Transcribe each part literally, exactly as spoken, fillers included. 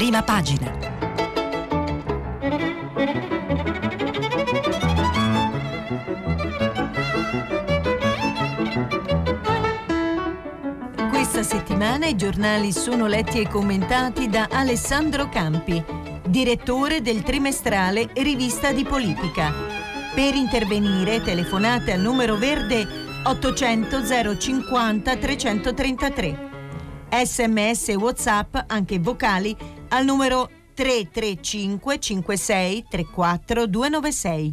Prima pagina. Questa settimana i giornali sono letti e commentati da Alessandro Campi, direttore del trimestrale Rivista di Politica. Per intervenire telefonate al numero verde ottocento zero cinquanta trecentotrentatré. Sms e WhatsApp, anche vocali, al numero tre tre cinque cinque sei tre quattro due nove sei.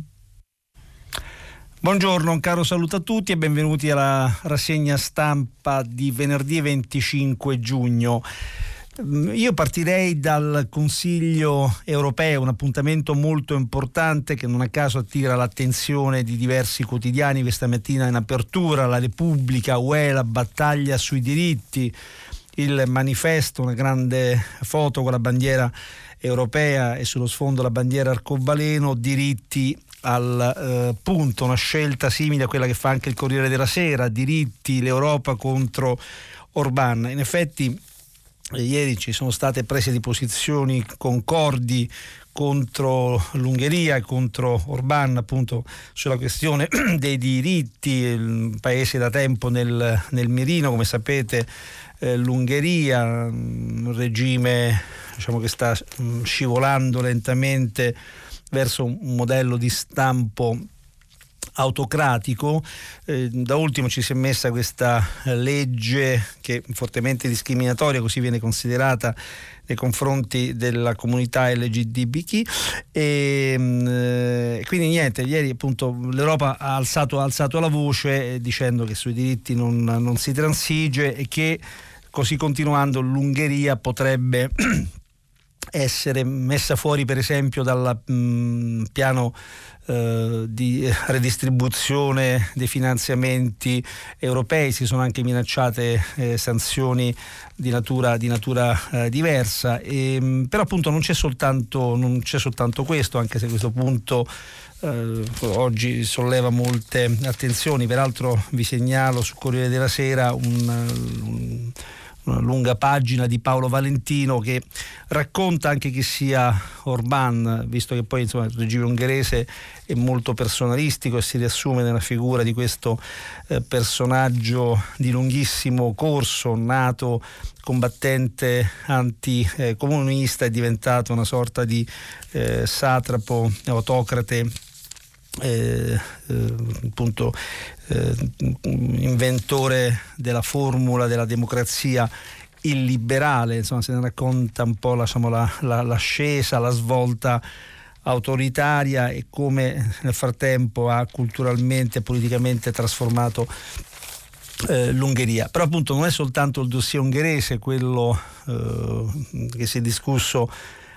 Buongiorno, un caro saluto a tutti e benvenuti alla rassegna stampa di venerdì venticinque giugno. Io partirei dal Consiglio europeo, un appuntamento molto importante che non a caso attira l'attenzione di diversi quotidiani questa mattina in apertura: La Repubblica, U E, la battaglia sui diritti, il manifesto, una grande foto con la bandiera europea e sullo sfondo la bandiera arcobaleno, diritti al eh, punto, una scelta simile a quella che fa anche il Corriere della Sera, diritti, l'Europa contro Orbán. In effetti ieri ci sono state prese di posizioni concordi contro l'Ungheria e contro Orbán, appunto sulla questione dei diritti. Il paese da tempo nel, nel mirino, come sapete, eh, l'Ungheria, un regime diciamo che sta mh, scivolando lentamente verso un modello di stampo autocratico. Eh, da ultimo ci si è messa questa legge che è fortemente discriminatoria, così viene considerata nei confronti della comunità L G B T e eh, quindi niente, ieri appunto l'Europa ha alzato, ha alzato la voce eh, dicendo che sui diritti non, non si transige e che così continuando l'Ungheria potrebbe essere messa fuori per esempio dal mh, piano eh, di redistribuzione dei finanziamenti europei. Si sono anche minacciate eh, sanzioni di natura, di natura eh, diversa, e, mh, però appunto non c'è soltanto non c'è soltanto questo, anche se a questo punto eh, oggi solleva molte attenzioni. Peraltro vi segnalo sul Corriere della Sera un, un una lunga pagina di Paolo Valentino che racconta anche chi sia Orbán, visto che poi insomma il regime ungherese è molto personalistico e si riassume nella figura di questo eh, personaggio di lunghissimo corso, nato combattente anticomunista, è diventato una sorta di eh, satrapo, autocrate, Eh, eh, appunto eh, inventore della formula della democrazia illiberale. Insomma, se ne racconta un po' diciamo, la, la, l'ascesa, la svolta autoritaria e come nel frattempo ha culturalmente e politicamente trasformato eh, l'Ungheria. Però appunto non è soltanto il dossier ungherese quello eh, che si è discusso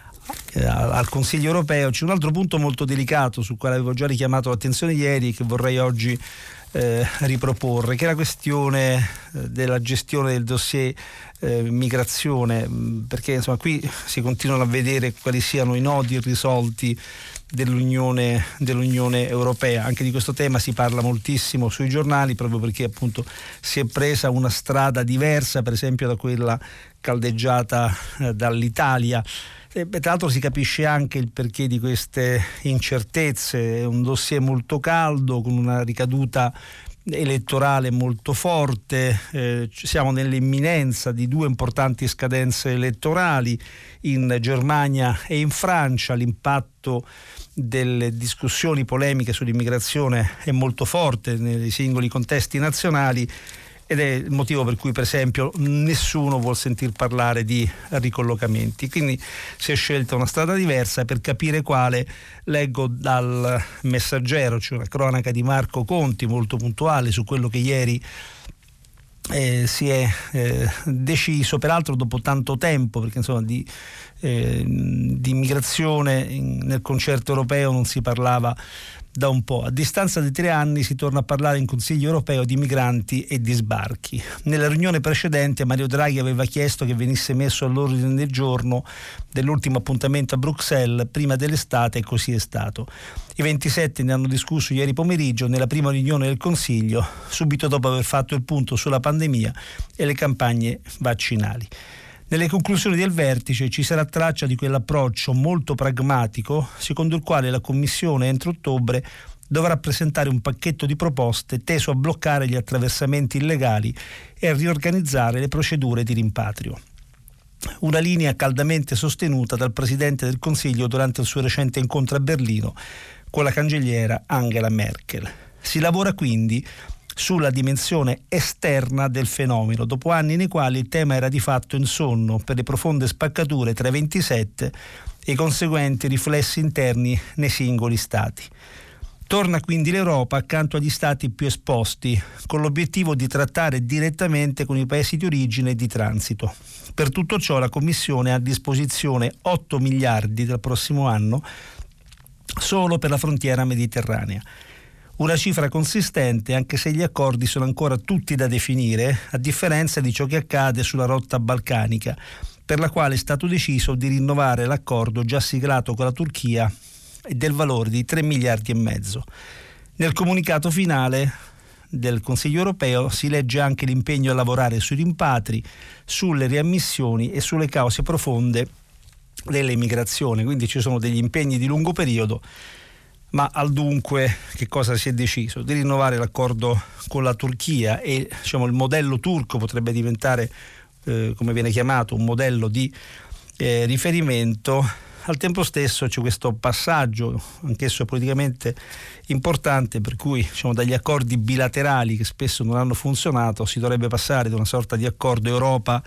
al Consiglio europeo. C'è un altro punto molto delicato sul quale avevo già richiamato l'attenzione ieri, che vorrei oggi eh, riproporre, che è la questione eh, della gestione del dossier eh, migrazione, perché insomma qui si continuano a vedere quali siano i nodi irrisolti dell'Unione, dell'Unione Europea. Anche di questo tema si parla moltissimo sui giornali, proprio perché appunto si è presa una strada diversa, per esempio da quella caldeggiata eh, dall'Italia. E, tra l'altro si capisce anche il perché di queste incertezze. È un dossier molto caldo, con una ricaduta elettorale molto forte. Eh, siamo nell'imminenza di due importanti scadenze elettorali in Germania e in Francia. L'impatto delle discussioni polemiche sull'immigrazione è molto forte nei singoli contesti nazionali, ed è il motivo per cui per esempio nessuno vuol sentir parlare di ricollocamenti. Quindi si è scelta una strada diversa. Per capire quale, leggo dal Messaggero, c'è una cronaca di Marco Conti molto puntuale su quello che ieri eh, si è eh, deciso, peraltro dopo tanto tempo, perché insomma di, eh, di immigrazione in, nel concerto europeo non si parlava da un po'. A distanza di tre anni si torna a parlare in Consiglio europeo di migranti e di sbarchi. Nella riunione precedente Mario Draghi aveva chiesto che venisse messo all'ordine del giorno dell'ultimo appuntamento a Bruxelles prima dell'estate, e così è stato. I ventisette ne hanno discusso ieri pomeriggio nella prima riunione del Consiglio, subito dopo aver fatto il punto sulla pandemia e le campagne vaccinali. Nelle conclusioni del vertice ci sarà traccia di quell'approccio molto pragmatico secondo il quale la Commissione entro ottobre dovrà presentare un pacchetto di proposte teso a bloccare gli attraversamenti illegali e a riorganizzare le procedure di rimpatrio. Una linea caldamente sostenuta dal Presidente del Consiglio durante il suo recente incontro a Berlino con la cancelliera Angela Merkel. Si lavora quindi sulla dimensione esterna del fenomeno, dopo anni nei quali il tema era di fatto insonno per le profonde spaccature tra i ventisette e i conseguenti riflessi interni nei singoli Stati. Torna quindi l'Europa accanto agli Stati più esposti, con l'obiettivo di trattare direttamente con i paesi di origine e di transito. Per tutto ciò la Commissione ha a disposizione otto miliardi dal prossimo anno solo per la frontiera mediterranea. Una cifra consistente, anche se gli accordi sono ancora tutti da definire, a differenza di ciò che accade sulla rotta balcanica, per la quale è stato deciso di rinnovare l'accordo già siglato con la Turchia e del valore di tre miliardi e mezzo. Nel comunicato finale del Consiglio europeo si legge anche l'impegno a lavorare sui rimpatri, sulle riammissioni e sulle cause profonde delle migrazioni, quindi ci sono degli impegni di lungo periodo. Ma al dunque che cosa si è deciso? Di rinnovare l'accordo con la Turchia e diciamo il modello turco potrebbe diventare, eh, come viene chiamato, un modello di eh, riferimento. Al tempo stesso c'è questo passaggio, anch'esso politicamente importante, per cui diciamo, dagli accordi bilaterali che spesso non hanno funzionato si dovrebbe passare ad una sorta di accordo Europa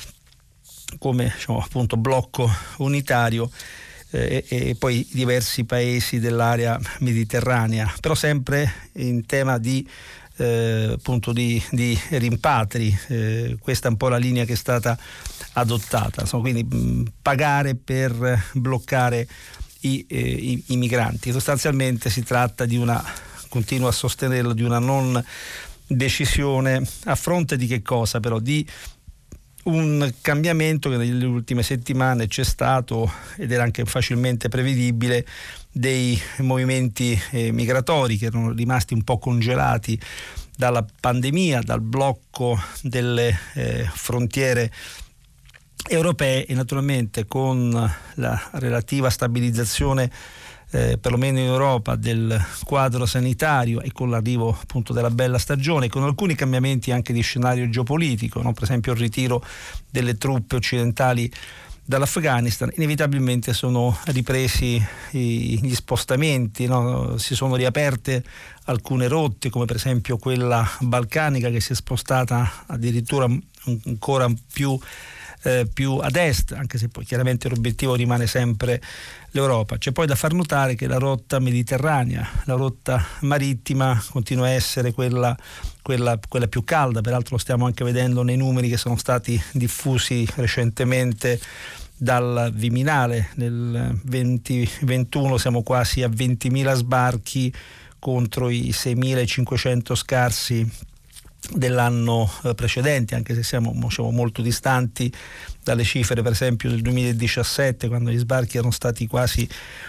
come diciamo, appunto blocco unitario eh, e, e poi diversi paesi dell'area mediterranea, però sempre in tema di eh, appunto di, di rimpatri. Eh, questa è un po' la linea che è stata adottata, insomma, quindi mh, pagare per bloccare i, eh, i, i migranti. Sostanzialmente si tratta di una, continuo a sostenerlo, di una non decisione a fronte di che cosa però? Di un cambiamento che nelle ultime settimane c'è stato ed era anche facilmente prevedibile dei movimenti eh, migratori che erano rimasti un po' congelati dalla pandemia, dal blocco delle eh, frontiere europee e naturalmente con la relativa stabilizzazione eh, perlomeno in Europa del quadro sanitario e con l'arrivo appunto della bella stagione, con alcuni cambiamenti anche di scenario geopolitico, no? Per esempio il ritiro delle truppe occidentali dall'Afghanistan, inevitabilmente sono ripresi i, gli spostamenti, no? Si sono riaperte alcune rotte come per esempio quella balcanica che si è spostata addirittura ancora più Eh, più ad est, anche se poi chiaramente l'obiettivo rimane sempre l'Europa. C'è poi da far notare che la rotta mediterranea, la rotta marittima continua a essere quella, quella, quella più calda, peraltro lo stiamo anche vedendo nei numeri che sono stati diffusi recentemente dal Viminale. Nel duemilaventuno siamo quasi a ventimila sbarchi contro i seimilacinquecento scarsi dell'anno precedente, anche se siamo diciamo, molto distanti dalle cifre per esempio del duemiladiciassette, quando gli sbarchi erano stati quasi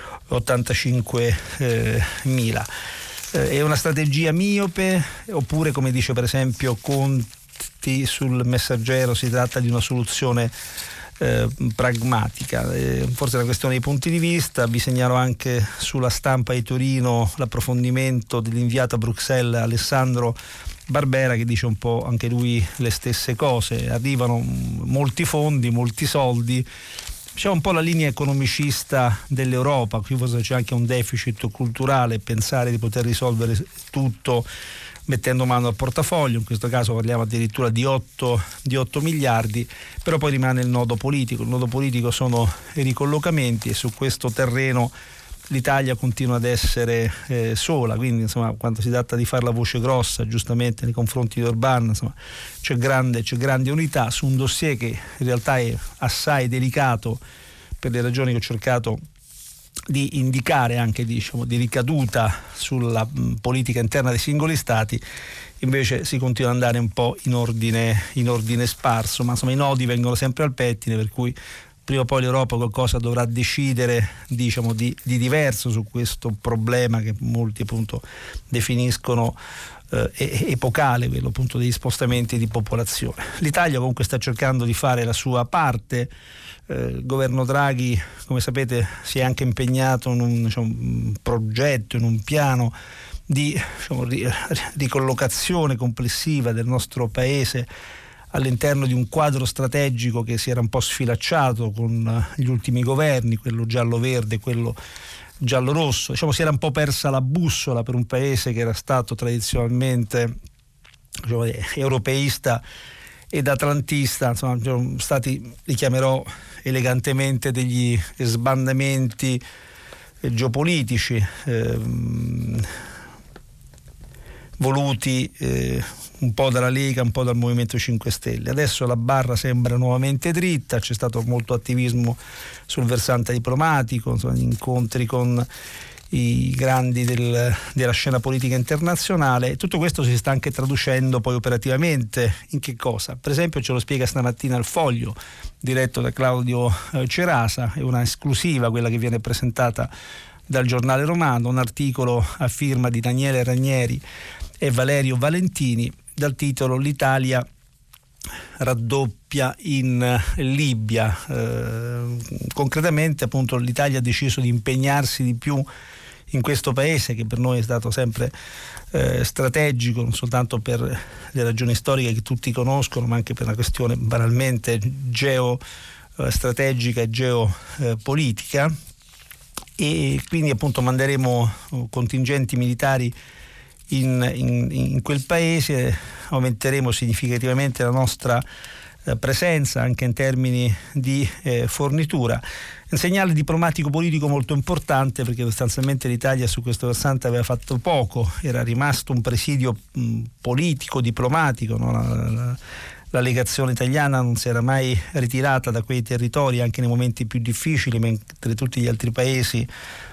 ottantacinquemila. Eh, è una strategia miope oppure, come dice per esempio Conti sul Messaggero, si tratta di una soluzione Eh, pragmatica? Eh, forse è una questione di punti di vista. Vi segnalo anche sulla Stampa di Torino l'approfondimento dell'inviato a Bruxelles Alessandro Barbera, che dice un po' anche lui le stesse cose. Arrivano molti fondi, molti soldi, c'è un po' la linea economicista dell'Europa. Qui forse c'è anche un deficit culturale, pensare di poter risolvere tutto mettendo mano al portafoglio. In questo caso parliamo addirittura di otto miliardi, però poi rimane il nodo politico. Il nodo politico sono i ricollocamenti e su questo terreno l'Italia continua ad essere eh, sola, quindi insomma quando si tratta di fare la voce grossa giustamente nei confronti di Orbán, insomma c'è grande, c'è grande unità su un dossier che in realtà è assai delicato per le ragioni che ho cercato di indicare, anche diciamo di ricaduta sulla mh, politica interna dei singoli stati. Invece si continua ad andare un po' in ordine, in ordine sparso, ma insomma i nodi vengono sempre al pettine, per cui prima o poi l'Europa qualcosa dovrà decidere diciamo di, di diverso su questo problema che molti appunto definiscono eh, epocale, quello appunto degli spostamenti di popolazione. L'Italia comunque sta cercando di fare la sua parte. Eh, il governo Draghi, come sapete, si è anche impegnato in un, diciamo, un progetto, in un piano di, diciamo, ricollocazione complessiva del nostro paese all'interno di un quadro strategico che si era un po' sfilacciato con gli ultimi governi, quello giallo-verde, quello giallo-rosso. Diciamo, si era un po' persa la bussola per un paese che era stato tradizionalmente, diciamo, europeista ed atlantista. Insomma, sono stati, li chiamerò elegantemente, degli sbandamenti geopolitici ehm, voluti eh, un po' dalla Lega, un po' dal Movimento cinque Stelle. Adesso la barra sembra nuovamente dritta, c'è stato molto attivismo sul versante diplomatico, insomma, incontri con i grandi del, della scena politica internazionale, e tutto questo si sta anche traducendo poi operativamente in che cosa? Per esempio ce lo spiega stamattina il Foglio, diretto da Claudio Cerasa, è una esclusiva quella che viene presentata dal Giornale Romano, un articolo a firma di Daniele Ranieri e Valerio Valentini dal titolo "L'Italia raddoppia in Libia". Eh, concretamente, appunto, l'Italia ha deciso di impegnarsi di più in questo paese, che per noi è stato sempre eh, strategico, non soltanto per le ragioni storiche che tutti conoscono, ma anche per una questione banalmente geostrategica e geopolitica. E quindi appunto manderemo contingenti militari in, in, in quel paese, aumenteremo significativamente la nostra eh, presenza anche in termini di eh, fornitura. Un segnale diplomatico politico molto importante, perché sostanzialmente l'Italia su questo versante aveva fatto poco, era rimasto un presidio mh, politico, diplomatico, no? la, la, la legazione italiana non si era mai ritirata da quei territori anche nei momenti più difficili, mentre tutti gli altri paesi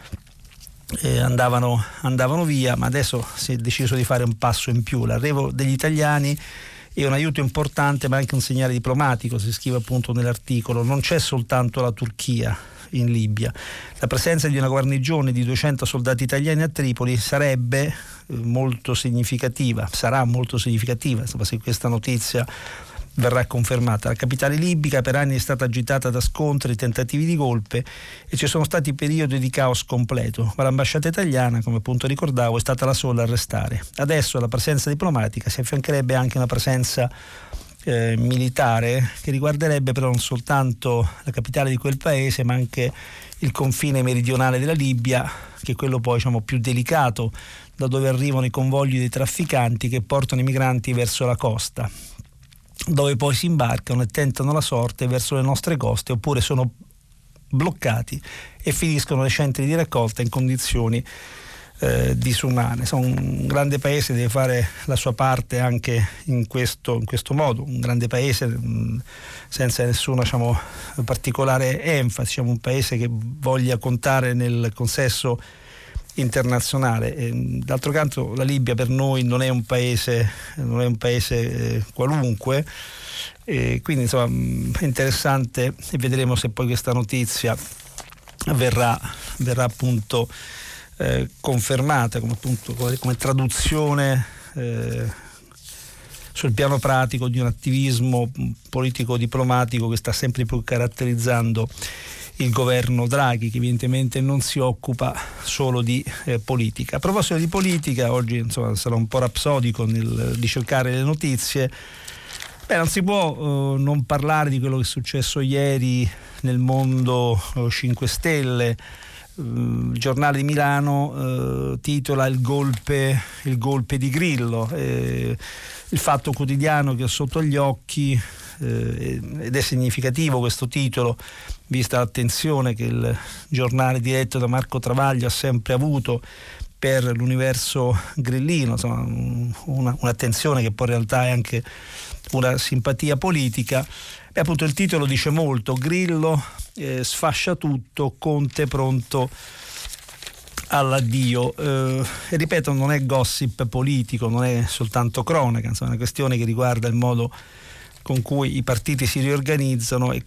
eh, andavano, andavano via, ma adesso si è deciso di fare un passo in più. L'arrivo degli italiani è un aiuto importante, ma anche un segnale diplomatico, si scrive appunto nell'articolo. Non c'è soltanto la Turchia in Libia. La presenza di una guarnigione di duecento soldati italiani a Tripoli sarebbe eh, molto significativa, sarà molto significativa, insomma, se questa notizia verrà confermata. La capitale libica per anni è stata agitata da scontri, tentativi di golpe, e ci sono stati periodi di caos completo, ma l'ambasciata italiana, come appunto ricordavo, è stata la sola a restare. Adesso alla presenza diplomatica si affiancherebbe anche una presenza eh, militare, che riguarderebbe però non soltanto la capitale di quel paese, ma anche il confine meridionale della Libia, che è quello poi, diciamo, più delicato, da dove arrivano i convogli dei trafficanti che portano i migranti verso la costa, dove poi si imbarcano e tentano la sorte verso le nostre coste, oppure sono bloccati e finiscono nei centri di raccolta in condizioni eh, disumane. Sono un grande paese, deve fare la sua parte anche in questo, in questo modo, un grande paese mh, senza nessuna, diciamo, particolare enfasi, diciamo, un paese che voglia contare nel consesso internazionale. E, d'altro canto, la Libia per noi non è un paese non è un paese eh, qualunque, e quindi insomma è interessante, e vedremo se poi questa notizia verrà verrà appunto eh, confermata come appunto come, come traduzione eh, sul piano pratico di un attivismo politico diplomatico che sta sempre più caratterizzando il governo Draghi, che evidentemente non si occupa solo di eh, politica. A proposito di politica, oggi insomma sarò un po' rapsodico nel di cercare le notizie. Beh, non si può eh, non parlare di quello che è successo ieri nel mondo eh, cinque Stelle. Il Giornale di Milano eh, titola il golpe, il golpe di Grillo. Eh, il Fatto Quotidiano, che ho sotto gli occhi, eh, ed è significativo questo titolo, vista l'attenzione che il giornale diretto da Marco Travaglio ha sempre avuto per l'universo grillino, insomma, una, un'attenzione che poi in realtà è anche una simpatia politica. E appunto il titolo dice molto: Grillo eh, sfascia tutto, Conte pronto all'addio. Eh, e ripeto, non è gossip politico, non è soltanto cronaca, insomma, è una questione che riguarda il modo con cui i partiti si riorganizzano, e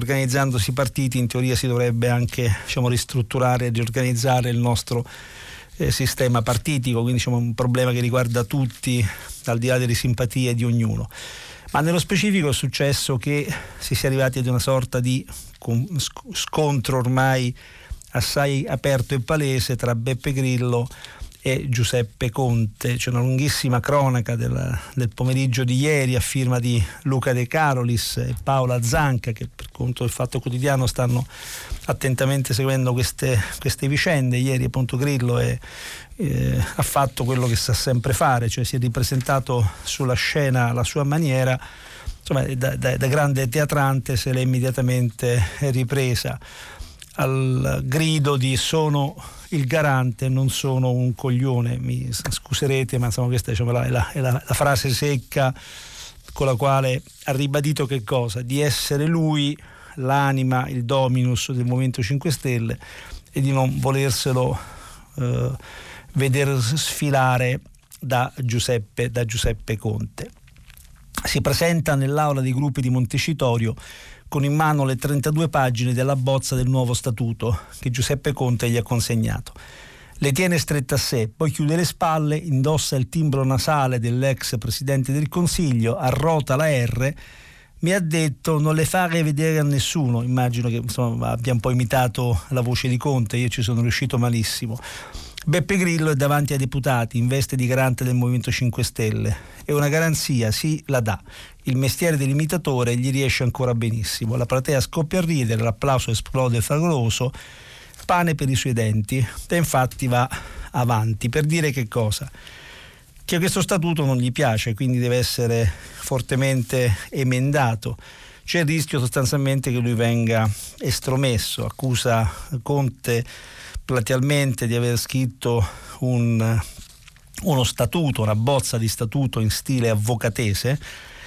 riorganizzandosi i partiti in teoria si dovrebbe anche, diciamo, ristrutturare e riorganizzare il nostro eh, sistema partitico, quindi diciamo un problema che riguarda tutti al di là delle simpatie di ognuno. Ma nello specifico è successo che si sia arrivati ad una sorta di scontro ormai assai aperto e palese tra Beppe Grillo e Giuseppe Conte. C'è una lunghissima cronaca del, del pomeriggio di ieri a firma di Luca De Carolis e Paola Zanca, che per conto del Fatto Quotidiano stanno attentamente seguendo queste, queste vicende. Ieri appunto Grillo è, eh, ha fatto quello che sa sempre fare, cioè si è ripresentato sulla scena alla sua maniera, insomma da, da, da grande teatrante se l'è immediatamente ripresa al grido di sono il garante, non sono un coglione. Mi scuserete, ma insomma questa diciamo, è, la, è la, la frase secca con la quale ha ribadito che cosa? Di essere lui l'anima, il dominus del Movimento cinque Stelle e di non volerselo eh, vedere sfilare da Giuseppe, da Giuseppe Conte. Si presenta nell'aula dei gruppi di Montecitorio con in mano le trentadue pagine della bozza del nuovo statuto che Giuseppe Conte gli ha consegnato. Le tiene strette a sé, poi chiude le spalle, indossa il timbro nasale dell'ex Presidente del Consiglio, arrota la R, mi ha detto non le fare vedere a nessuno. Immagino che insomma abbia un po' imitato la voce di Conte, io ci sono riuscito malissimo. Beppe Grillo è davanti ai deputati in veste di garante del Movimento cinque Stelle e una garanzia sì la dà. Il mestiere dell'imitatore gli riesce ancora benissimo. La platea scoppia a ridere, l'applauso esplode fragoroso, pane per i suoi denti e infatti va avanti per dire che cosa? Che questo statuto non gli piace, quindi deve essere fortemente emendato. C'è il rischio sostanzialmente che lui venga estromesso. Accusa Conte platealmente di aver scritto un, uno statuto, una bozza di statuto in stile avvocatese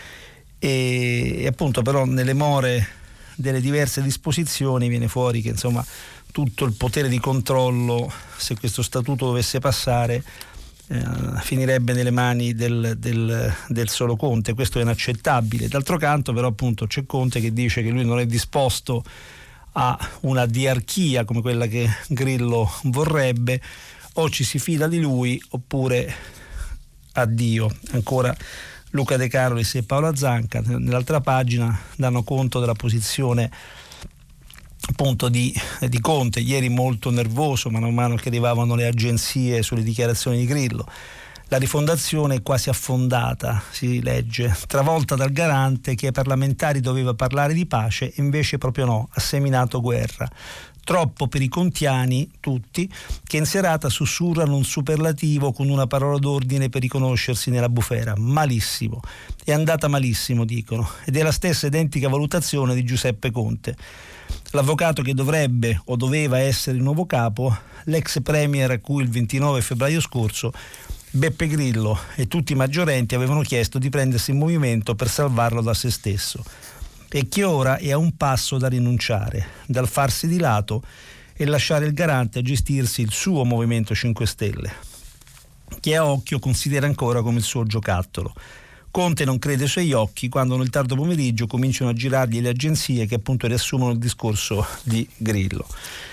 e, e appunto però nelle more delle diverse disposizioni viene fuori che insomma tutto il potere di controllo, se questo statuto dovesse passare, eh, finirebbe nelle mani del, del, del solo Conte. Questo è inaccettabile. D'altro canto però appunto c'è Conte che dice che lui non è disposto a una diarchia come quella che Grillo vorrebbe, o ci si fida di lui oppure addio. Ancora Luca De Carolis e Paola Zanca nell'altra pagina danno conto della posizione appunto di, di Conte, ieri molto nervoso man mano che arrivavano le agenzie sulle dichiarazioni di Grillo. La rifondazione è quasi affondata, si legge, travolta dal garante che ai parlamentari doveva parlare di pace e invece proprio no, ha seminato guerra. Troppo per i contiani, tutti, che in serata sussurrano un superlativo con una parola d'ordine per riconoscersi nella bufera. Malissimo. È andata malissimo, dicono. Ed è la stessa identica valutazione di Giuseppe Conte. L'avvocato che dovrebbe o doveva essere il nuovo capo, l'ex premier a cui il ventinove febbraio scorso Beppe Grillo e tutti i maggiorenti avevano chiesto di prendersi in movimento per salvarlo da se stesso e che ora è a un passo da rinunciare, dal farsi di lato e lasciare il garante a gestirsi il suo Movimento cinque Stelle, che a occhio considera ancora come il suo giocattolo. Conte non crede ai suoi occhi quando nel tardo pomeriggio cominciano a girargli le agenzie che appunto riassumono il discorso di Grillo.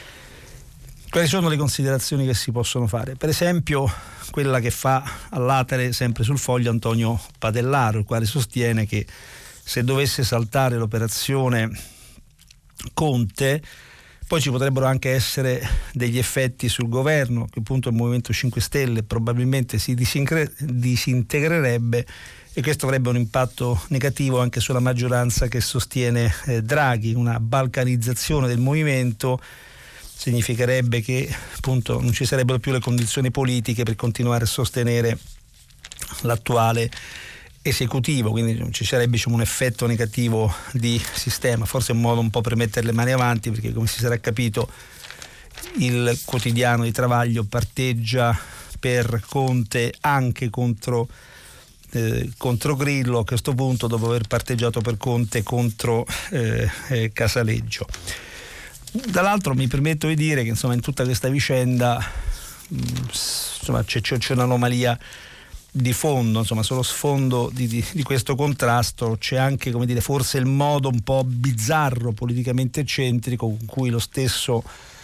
Quali sono le considerazioni che si possono fare? Per esempio quella che fa all'atere sempre sul Foglio Antonio Padellaro, il quale sostiene che se dovesse saltare l'operazione Conte poi ci potrebbero anche essere degli effetti sul governo, che appunto il Movimento cinque Stelle probabilmente si disintegrerebbe e questo avrebbe un impatto negativo anche sulla maggioranza che sostiene eh, Draghi. Una balcanizzazione del movimento significherebbe che appunto non ci sarebbero più le condizioni politiche per continuare a sostenere l'attuale esecutivo, quindi ci sarebbe diciamo, un effetto negativo di sistema. Forse è un modo un po' per mettere le mani avanti, perché come si sarà capito il quotidiano di Travaglio parteggia per Conte anche contro Eh, contro Grillo a questo punto, dopo aver parteggiato per Conte contro eh, eh, Casaleggio. Dall'altro mi permetto di dire che insomma in tutta questa vicenda mh, insomma c'è, c'è un'anomalia di fondo, insomma sullo sfondo di, di, di questo contrasto c'è anche, come dire, forse il modo un po' bizzarro, politicamente eccentrico con cui lo stesso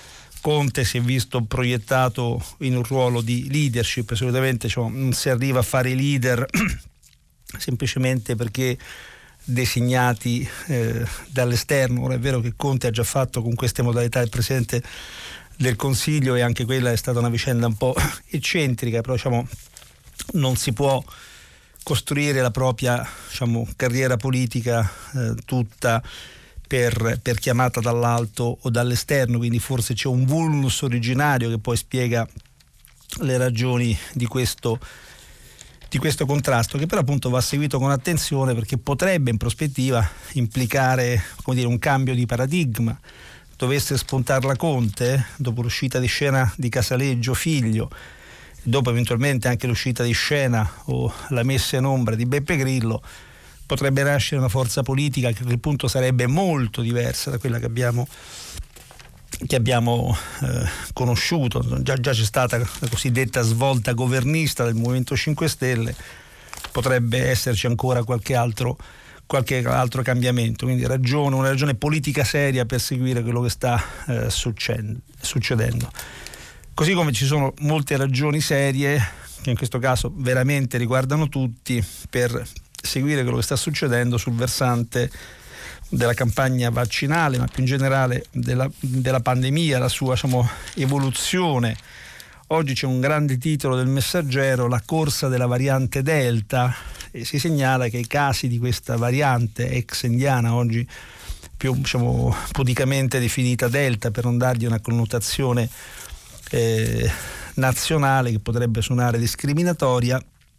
Conte si è visto proiettato in un ruolo di leadership. Solitamente cioè, non si arriva a fare i leader semplicemente perché designati eh, dall'esterno. Ora è vero che Conte ha già fatto con queste modalità il Presidente del Consiglio, e anche quella è stata una vicenda un po' eccentrica, però diciamo non si può costruire la propria diciamo, carriera politica eh, tutta per, per chiamata dall'alto o dall'esterno, quindi forse c'è un vulnus originario che poi spiega le ragioni di questo di questo contrasto, che però appunto va seguito con attenzione, perché potrebbe in prospettiva implicare, come dire, un cambio di paradigma. Dovesse spuntarla Conte, dopo l'uscita di scena di Casaleggio figlio, dopo eventualmente anche l'uscita di scena o la messa in ombra di Beppe Grillo, potrebbe nascere una forza politica che a quel punto sarebbe molto diversa da quella che abbiamo che abbiamo eh, conosciuto. Già, già c'è stata la cosiddetta svolta governista del Movimento cinque Stelle, potrebbe esserci ancora qualche altro, qualche altro cambiamento, quindi ragione, una ragione politica seria per seguire quello che sta eh, succedendo. Così come ci sono molte ragioni serie, che in questo caso veramente riguardano tutti, per seguire quello che sta succedendo sul versante della campagna vaccinale, ma più in generale della, della pandemia, la sua diciamo, evoluzione. Oggi c'è un grande titolo del Messaggero, la corsa della variante Delta, e si segnala che i casi di questa variante ex indiana, oggi più diciamo, pudicamente definita Delta, per non dargli una connotazione eh, nazionale che potrebbe suonare discriminatoria,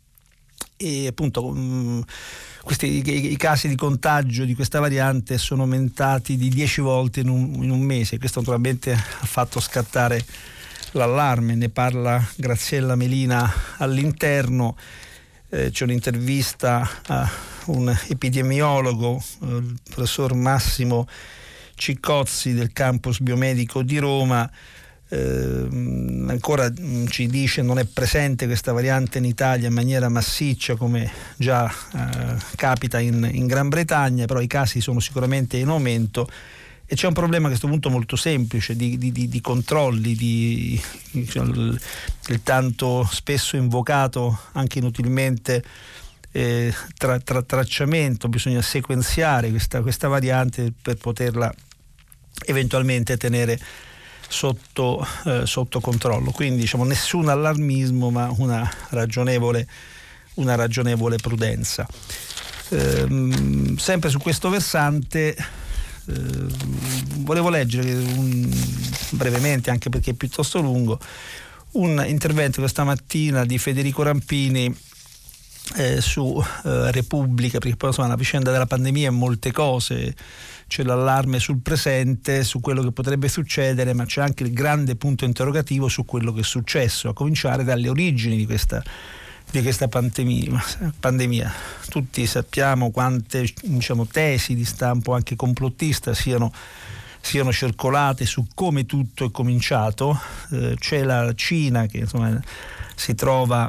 e appunto mh, questi, i, i casi di contagio di questa variante sono aumentati di dieci volte in un, in un mese. Questo naturalmente ha fatto scattare l'allarme. Ne parla Graziella Melina all'Interno. Eh, c'è un'intervista a un epidemiologo, eh, il professor Massimo Ciccozzi del campus biomedico di Roma. Eh, ancora mh, ci dice non è presente questa variante in Italia in maniera massiccia come già eh, capita in, in Gran Bretagna, però i casi sono sicuramente in aumento, e c'è un problema a questo punto molto semplice di, di, di, di controlli, di, di cioè, il, il tanto spesso invocato anche inutilmente eh, tra, tra, tracciamento. Bisogna sequenziare questa, questa variante per poterla eventualmente tenere Sotto, eh, sotto controllo. Quindi diciamo nessun allarmismo, ma una ragionevole, una ragionevole prudenza. Ehm, sempre su questo versante eh, volevo leggere un, brevemente, anche perché è piuttosto lungo, un intervento questa mattina di Federico Rampini eh, su eh, Repubblica, perché poi insomma la vicenda della pandemia è molte cose. C'è l'allarme sul presente, su quello che potrebbe succedere, ma c'è anche il grande punto interrogativo su quello che è successo, a cominciare dalle origini di questa, di questa pandemia. pandemia. Tutti sappiamo quante diciamo, tesi di stampo anche complottista siano, siano circolate su come tutto è cominciato. Eh, c'è la Cina che insomma, si trova,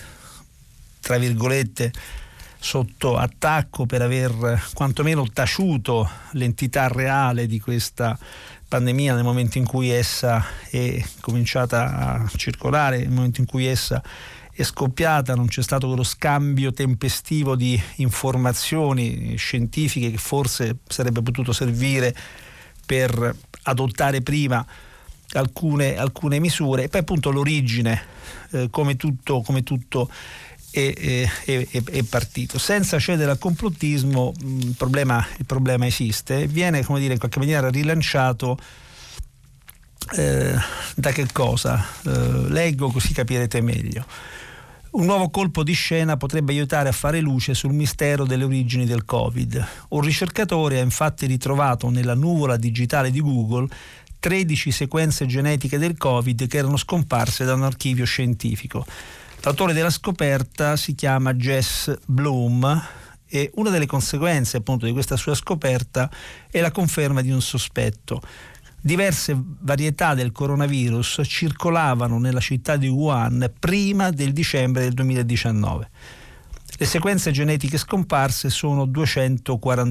tra virgolette, sotto attacco per aver quantomeno taciuto l'entità reale di questa pandemia nel momento in cui essa è cominciata a circolare, nel momento in cui essa è scoppiata. Non c'è stato quello scambio tempestivo di informazioni scientifiche che forse sarebbe potuto servire per adottare prima alcune, alcune misure. E poi appunto l'origine, eh, come tutto, come tutto È, è, è, è partito. Senza cedere al complottismo, il problema, il problema esiste, viene come dire in qualche maniera rilanciato eh, da che cosa? Eh, leggo così capirete meglio. Un nuovo colpo di scena potrebbe aiutare a fare luce sul mistero delle origini del Covid. Un ricercatore ha infatti ritrovato nella nuvola digitale di Google tredici sequenze genetiche del Covid che erano scomparse da un archivio scientifico. L'autore della scoperta si chiama Jess Bloom, e una delle conseguenze appunto di questa sua scoperta è la conferma di un sospetto. Diverse varietà del coronavirus circolavano nella città di Wuhan prima del dicembre del duemiladiciannove. Le sequenze genetiche scomparse sono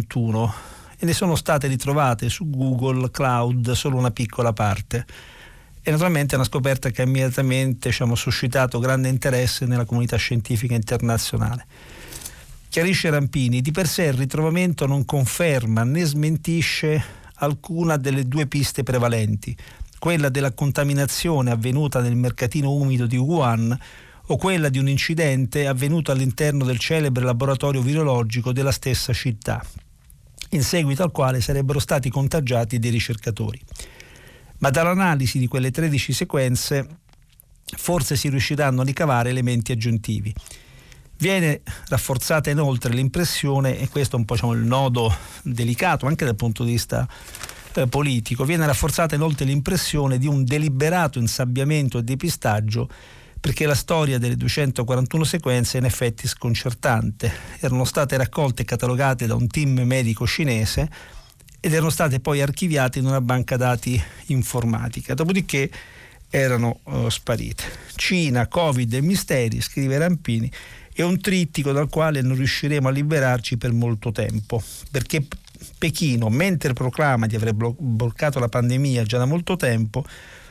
duecentoquarantuno e ne sono state ritrovate su Google Cloud solo una piccola parte. e naturalmente è una scoperta che ha immediatamente diciamo, suscitato grande interesse nella comunità scientifica internazionale. Chiarisce Rampini, di per sé il ritrovamento non conferma né smentisce alcuna delle due piste prevalenti, quella della contaminazione avvenuta nel mercatino umido di Wuhan o quella di un incidente avvenuto all'interno del celebre laboratorio virologico della stessa città, in seguito al quale sarebbero stati contagiati dei ricercatori. Ma dall'analisi di quelle tredici sequenze forse si riusciranno a ricavare elementi aggiuntivi. Viene rafforzata inoltre l'impressione, e questo è un po' diciamo, il nodo delicato anche dal punto di vista eh, politico, viene rafforzata inoltre l'impressione di un deliberato insabbiamento e depistaggio, perché la storia delle duecentoquarantuno sequenze è in effetti sconcertante. Erano state raccolte e catalogate da un team medico cinese ed erano state poi archiviate in una banca dati informatica, dopodiché erano uh, sparite. Cina, Covid e misteri, scrive Rampini, è un trittico dal quale non riusciremo a liberarci per molto tempo, perché Pechino, mentre proclama di aver bloccato la pandemia già da molto tempo,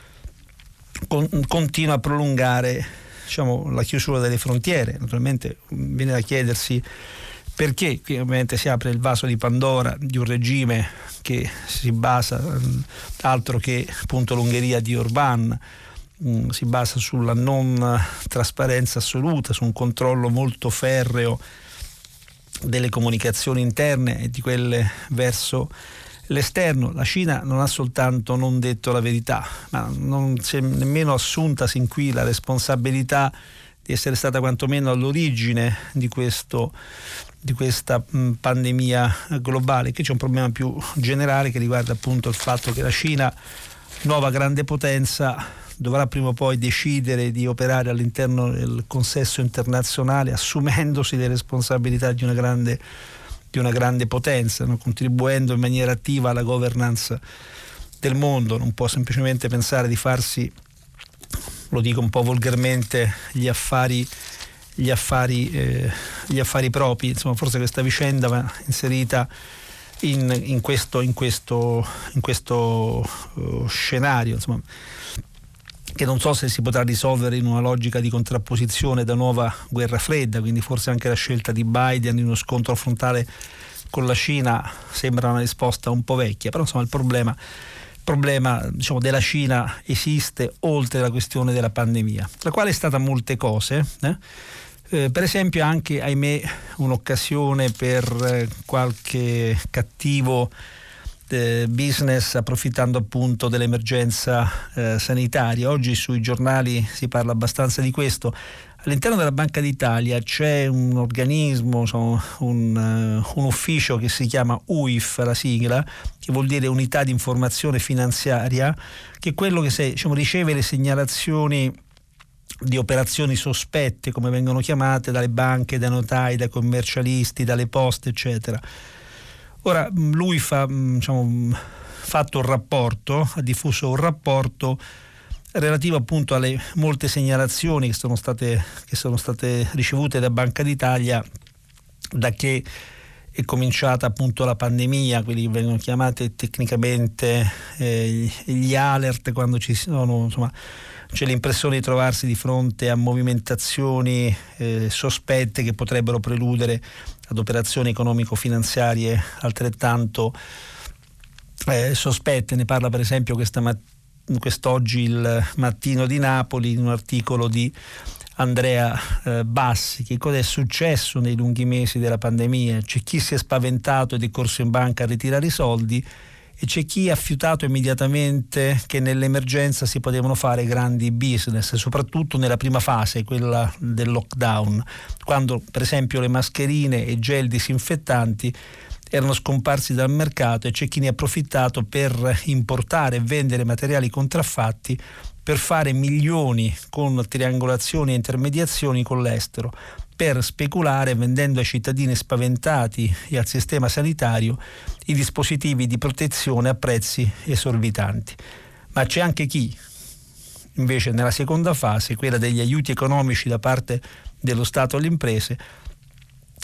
con, continua a prolungare diciamo, la chiusura delle frontiere. Naturalmente viene da chiedersi perché. Qui ovviamente si apre il vaso di Pandora di un regime che si basa altro che appunto l'Ungheria di Orbán, mh, si basa sulla non trasparenza assoluta, su un controllo molto ferreo delle comunicazioni interne e di quelle verso l'esterno. La Cina non ha soltanto non detto la verità, ma non si è nemmeno assunta sin qui la responsabilità di essere stata quantomeno all'origine di questo di questa mh, pandemia globale. Che c'è un problema più generale che riguarda appunto il fatto che la Cina, nuova grande potenza, dovrà prima o poi decidere di operare all'interno del consesso internazionale assumendosi le responsabilità di una grande di una grande potenza, no? Contribuendo in maniera attiva alla governance del mondo. Non può semplicemente pensare di farsi, lo dico un po' volgarmente, gli affari gli affari eh, gli affari propri. Insomma, forse questa vicenda va inserita in, in questo in questo in questo uh, scenario, insomma, che non so se si potrà risolvere in una logica di contrapposizione da nuova guerra fredda, quindi forse anche la scelta di Biden in uno scontro frontale con la Cina sembra una risposta un po' vecchia, però insomma il problema, il problema diciamo, della Cina esiste oltre la questione della pandemia, la quale è stata molte cose, eh? Eh, per esempio anche, ahimè, un'occasione per eh, qualche cattivo business approfittando appunto dell'emergenza eh, sanitaria. Oggi sui giornali si parla abbastanza di questo. All'interno della Banca d'Italia c'è un organismo, insomma, un, uh, un ufficio che si chiama U I F, la sigla, che vuol dire Unità di Informazione Finanziaria, che è quello che se, diciamo, riceve le segnalazioni di operazioni sospette, come vengono chiamate, dalle banche, dai notai, dai commercialisti, dalle poste, eccetera. Ora lui fa, diciamo, fatto un rapporto, ha diffuso un rapporto relativo appunto alle molte segnalazioni che sono state, che sono state ricevute da Banca d'Italia da che è cominciata appunto la pandemia, quelli che vengono chiamate tecnicamente eh, gli alert, quando ci sono, insomma, c'è l'impressione di trovarsi di fronte a movimentazioni eh, sospette che potrebbero preludere ad operazioni economico-finanziarie altrettanto eh, sospette. Ne parla per esempio questa mat- quest'oggi il Mattino di Napoli in un articolo di Andrea eh, Bassi. Che cosa è successo nei lunghi mesi della pandemia? C'è chi si è spaventato ed è corso in banca a ritirare i soldi, e c'è chi ha fiutato immediatamente che nell'emergenza si potevano fare grandi business, soprattutto nella prima fase, quella del lockdown, quando per esempio le mascherine e gel disinfettanti erano scomparsi dal mercato, e c'è chi ne ha approfittato per importare e vendere materiali contraffatti per fare milioni con triangolazioni e intermediazioni con l'estero, per speculare vendendo ai cittadini spaventati e al sistema sanitario i dispositivi di protezione a prezzi esorbitanti. Ma c'è anche chi invece nella seconda fase, quella degli aiuti economici da parte dello Stato alle imprese,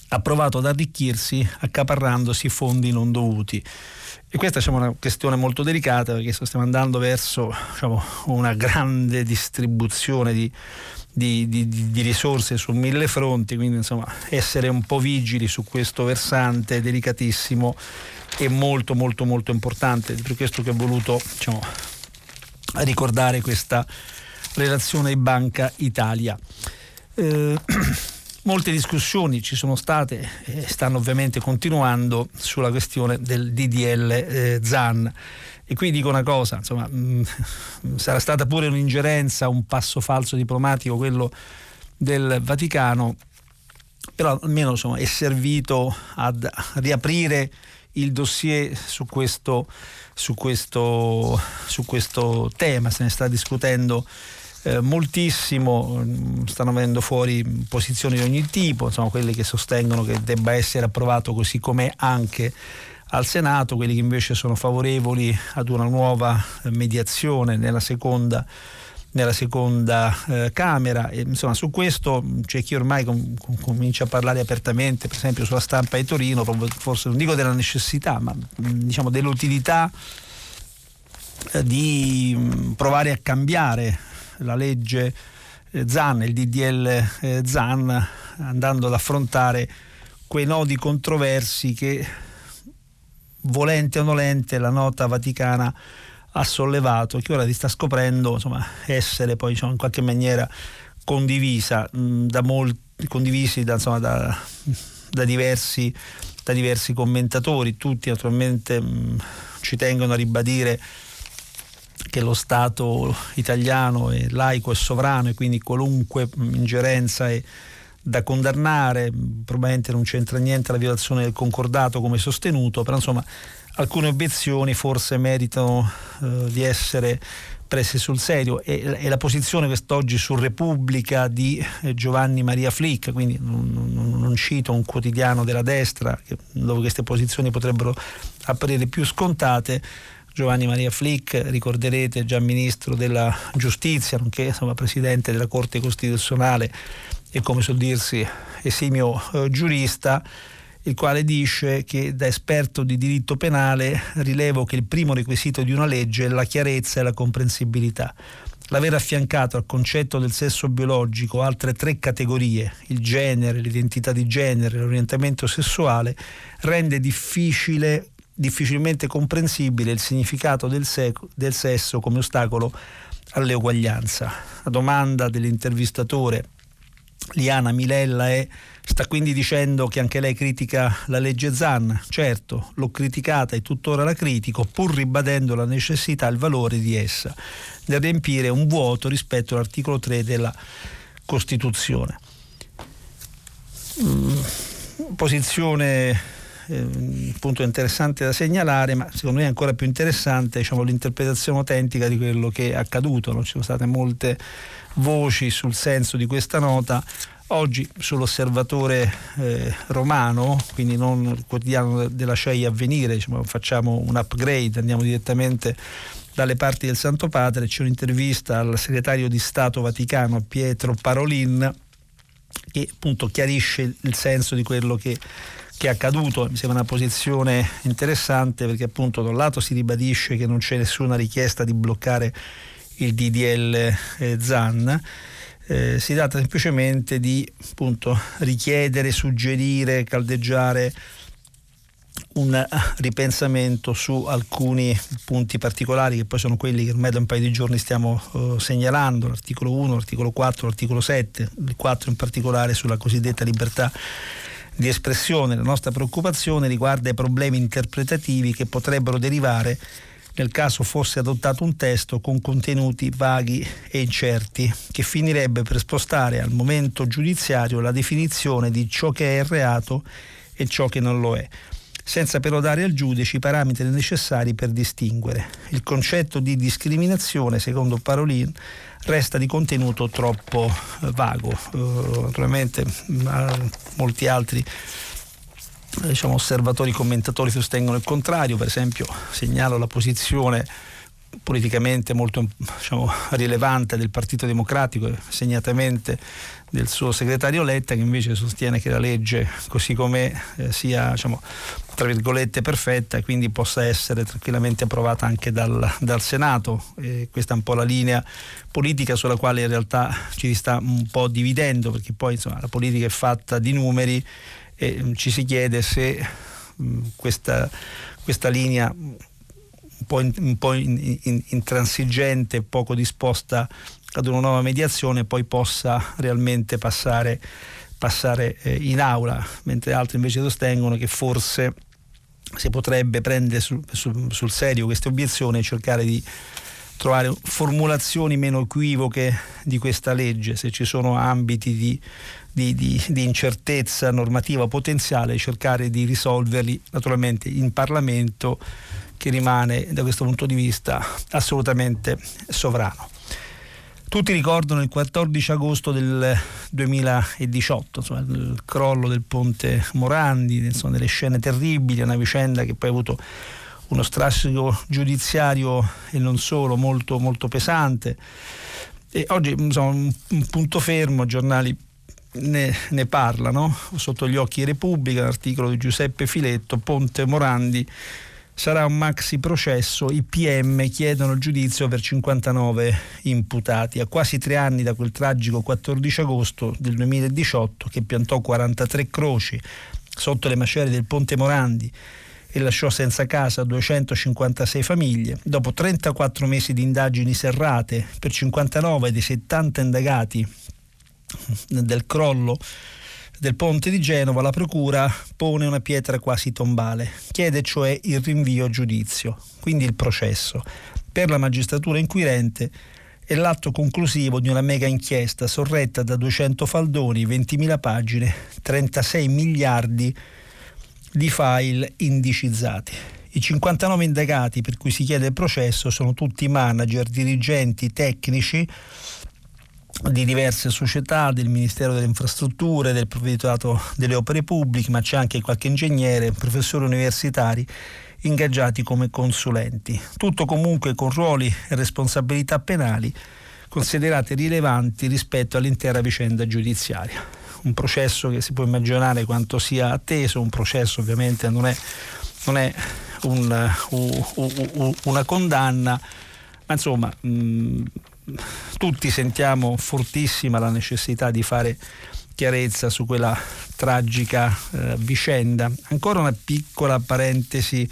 ha provato ad arricchirsi accaparrandosi fondi non dovuti. E questa diciamo, è una questione molto delicata, perché stiamo andando verso diciamo, una grande distribuzione di, di, di, di risorse su mille fronti, quindi insomma essere un po' vigili su questo versante delicatissimo è molto molto molto importante. Per questo che ho voluto diciamo, ricordare questa relazione di Banca Italia. Eh, Molte discussioni ci sono state e stanno ovviamente continuando sulla questione del D D L eh, Zan. E qui dico una cosa, insomma, mh, sarà stata pure un'ingerenza, un passo falso diplomatico quello del Vaticano, però almeno insomma, è servito ad riaprire il dossier su questo, su questo, su questo tema. Se ne sta discutendo Eh, moltissimo, stanno venendo fuori posizioni di ogni tipo, insomma quelli che sostengono che debba essere approvato così com'è anche al Senato, quelli che invece sono favorevoli ad una nuova mediazione nella seconda nella seconda eh, Camera. E, insomma su questo c'è chi ormai com- com- comincia a parlare apertamente, per esempio sulla Stampa di Torino, proprio, forse non dico della necessità ma diciamo dell'utilità eh, di mh, provare a cambiare la legge Zan, il D D L Zan, andando ad affrontare quei nodi controversi che volente o nolente la nota vaticana ha sollevato, che ora si sta scoprendo insomma essere poi diciamo, in qualche maniera condivisa mh, da molti condivisi da, insomma, da, da diversi da diversi commentatori. Tutti naturalmente mh, ci tengono a ribadire che lo Stato italiano è laico e sovrano e quindi qualunque ingerenza è da condannare. Probabilmente non c'entra niente la violazione del concordato come sostenuto, però insomma alcune obiezioni forse meritano eh, di essere prese sul serio, e, e la posizione quest'oggi su Repubblica di eh, Giovanni Maria Flick, quindi non, non, non cito un quotidiano della destra che, dove queste posizioni potrebbero apparire più scontate. Giovanni Maria Flick, ricorderete, già ministro della giustizia, nonché insomma, presidente della Corte Costituzionale e, come suol dirsi, esimio eh, giurista, il quale dice che da esperto di diritto penale rilevo che il primo requisito di una legge è la chiarezza e la comprensibilità. L'aver affiancato al concetto del sesso biologico altre tre categorie, il genere, l'identità di genere, l'orientamento sessuale, rende difficile difficilmente comprensibile il significato del, sec- del sesso come ostacolo all'eguaglianza. La domanda dell'intervistatore Liana Milella è: sta quindi dicendo che anche lei critica la legge Zan? Certo, l'ho criticata e tuttora la critico, pur ribadendo la necessità e il valore di essa nel riempire un vuoto rispetto all'articolo tre della Costituzione. Mm, posizione un punto interessante da segnalare, ma secondo me è ancora più interessante diciamo, l'interpretazione autentica di quello che è accaduto. Non ci sono state molte voci sul senso di questa nota. Oggi sull'Osservatore eh, Romano, quindi non il quotidiano della C E I Avvenire, diciamo, facciamo un upgrade, andiamo direttamente dalle parti del Santo Padre, c'è un'intervista al segretario di Stato Vaticano Pietro Parolin che appunto chiarisce il senso di quello che che è accaduto. Mi sembra una posizione interessante, perché appunto da un lato si ribadisce che non c'è nessuna richiesta di bloccare il D D L eh, Zan, eh, si tratta semplicemente di appunto richiedere, suggerire, caldeggiare un ripensamento su alcuni punti particolari che poi sono quelli che ormai da un paio di giorni stiamo uh, segnalando: l'articolo uno, l'articolo quattro, l'articolo sette, il quattro in particolare sulla cosiddetta libertà di espressione. La nostra preoccupazione riguarda i problemi interpretativi che potrebbero derivare nel caso fosse adottato un testo con contenuti vaghi e incerti, che finirebbe per spostare al momento giudiziario la definizione di ciò che è reato e ciò che non lo è, senza però dare al giudice i parametri necessari per distinguere. Il concetto di discriminazione, secondo Parolin, resta di contenuto troppo eh, vago. Uh, naturalmente uh, molti altri eh, diciamo, osservatori, commentatori sostengono il contrario. Per esempio segnalo la posizione politicamente molto, diciamo, rilevante del Partito Democratico, segnatamente del suo segretario Letta, che invece sostiene che la legge così com'è eh, sia, diciamo, tra virgolette perfetta, e quindi possa essere tranquillamente approvata anche dal, dal Senato. E questa è un po' la linea politica sulla quale in realtà ci si sta un po' dividendo, perché poi insomma la politica è fatta di numeri e mh, ci si chiede se mh, questa, questa linea un po', in, un po' in, in, intransigente, poco disposta ad una nuova mediazione, poi possa realmente passare, passare eh, in aula, mentre altri invece sostengono che forse si potrebbe prendere sul, sul, sul serio queste obiezioni e cercare di trovare formulazioni meno equivoche di questa legge, se ci sono ambiti di, di, di, di incertezza normativa potenziale, cercare di risolverli naturalmente in Parlamento, che rimane da questo punto di vista assolutamente sovrano. Tutti ricordano il quattordici agosto del duemiladiciotto, insomma, il crollo del ponte Morandi, insomma, delle scene terribili, una vicenda che poi ha avuto uno strascico giudiziario e non solo molto, molto pesante. E oggi, insomma, un, un punto fermo, i giornali ne, ne parlano, sotto gli occhi di Repubblica, l'articolo di Giuseppe Filetto: Ponte Morandi sarà un maxi processo, i P M chiedono il giudizio per cinquantanove imputati. A quasi tre anni da quel tragico quattordici agosto del duemiladiciotto che piantò quarantatré croci sotto le macerie del Ponte Morandi e lasciò senza casa duecentocinquantasei famiglie, dopo trentaquattro mesi di indagini serrate per cinquantanove dei settanta indagati del crollo del ponte di Genova, la procura pone una pietra quasi tombale, chiede cioè il rinvio a giudizio, quindi il processo, per la magistratura inquirente è l'atto conclusivo di una mega inchiesta sorretta da duecento faldoni, ventimila pagine, trentasei miliardi di file indicizzati. I cinquantanove indagati per cui si chiede il processo sono tutti manager, dirigenti, tecnici di diverse società, del Ministero delle Infrastrutture, del Provveditorato delle Opere Pubbliche, ma c'è anche qualche ingegnere, professori universitari ingaggiati come consulenti. Tutto comunque con ruoli e responsabilità penali considerate rilevanti rispetto all'intera vicenda giudiziaria. Un processo che si può immaginare quanto sia atteso, un processo ovviamente non è, non è un, un, un, una condanna, ma insomma mh, tutti sentiamo fortissima la necessità di fare chiarezza su quella tragica eh, vicenda. Ancora una piccola parentesi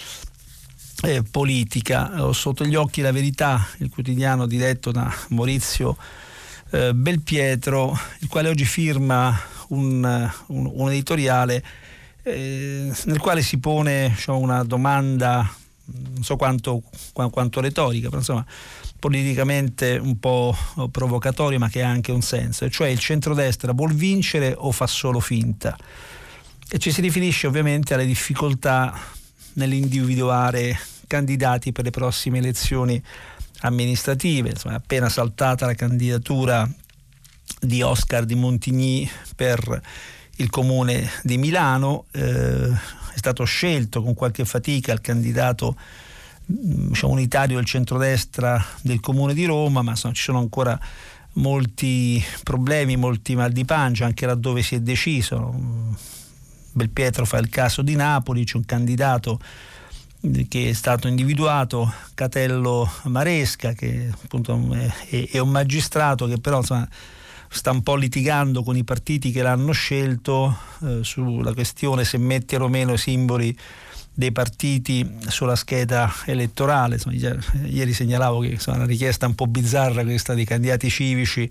eh, politica. Ho sotto gli occhi La Verità, il quotidiano diretto da Maurizio eh, Belpietro, il quale oggi firma un, un, un editoriale eh, nel quale si pone, diciamo, una domanda, non so quanto, quanto retorica, però insomma politicamente un po' provocatorio, ma che ha anche un senso, cioè il centrodestra vuol vincere o fa solo finta? E ci si riferisce ovviamente alle difficoltà nell'individuare candidati per le prossime elezioni amministrative. Insomma, è appena saltata la candidatura di Oscar di Montigny per il comune di Milano, eh, è stato scelto con qualche fatica il candidato, diciamo, unitario del centrodestra del comune di Roma, ma insomma, ci sono ancora molti problemi, molti mal di pancia anche laddove si è deciso. Belpietro fa il caso di Napoli, c'è un candidato che è stato individuato, Catello Maresca, che appunto è, è un magistrato che però insomma sta un po' litigando con i partiti che l'hanno scelto eh, sulla questione se mettere o meno i simboli dei partiti sulla scheda elettorale. Insomma, ieri segnalavo che è una richiesta un po' bizzarra questa dei candidati civici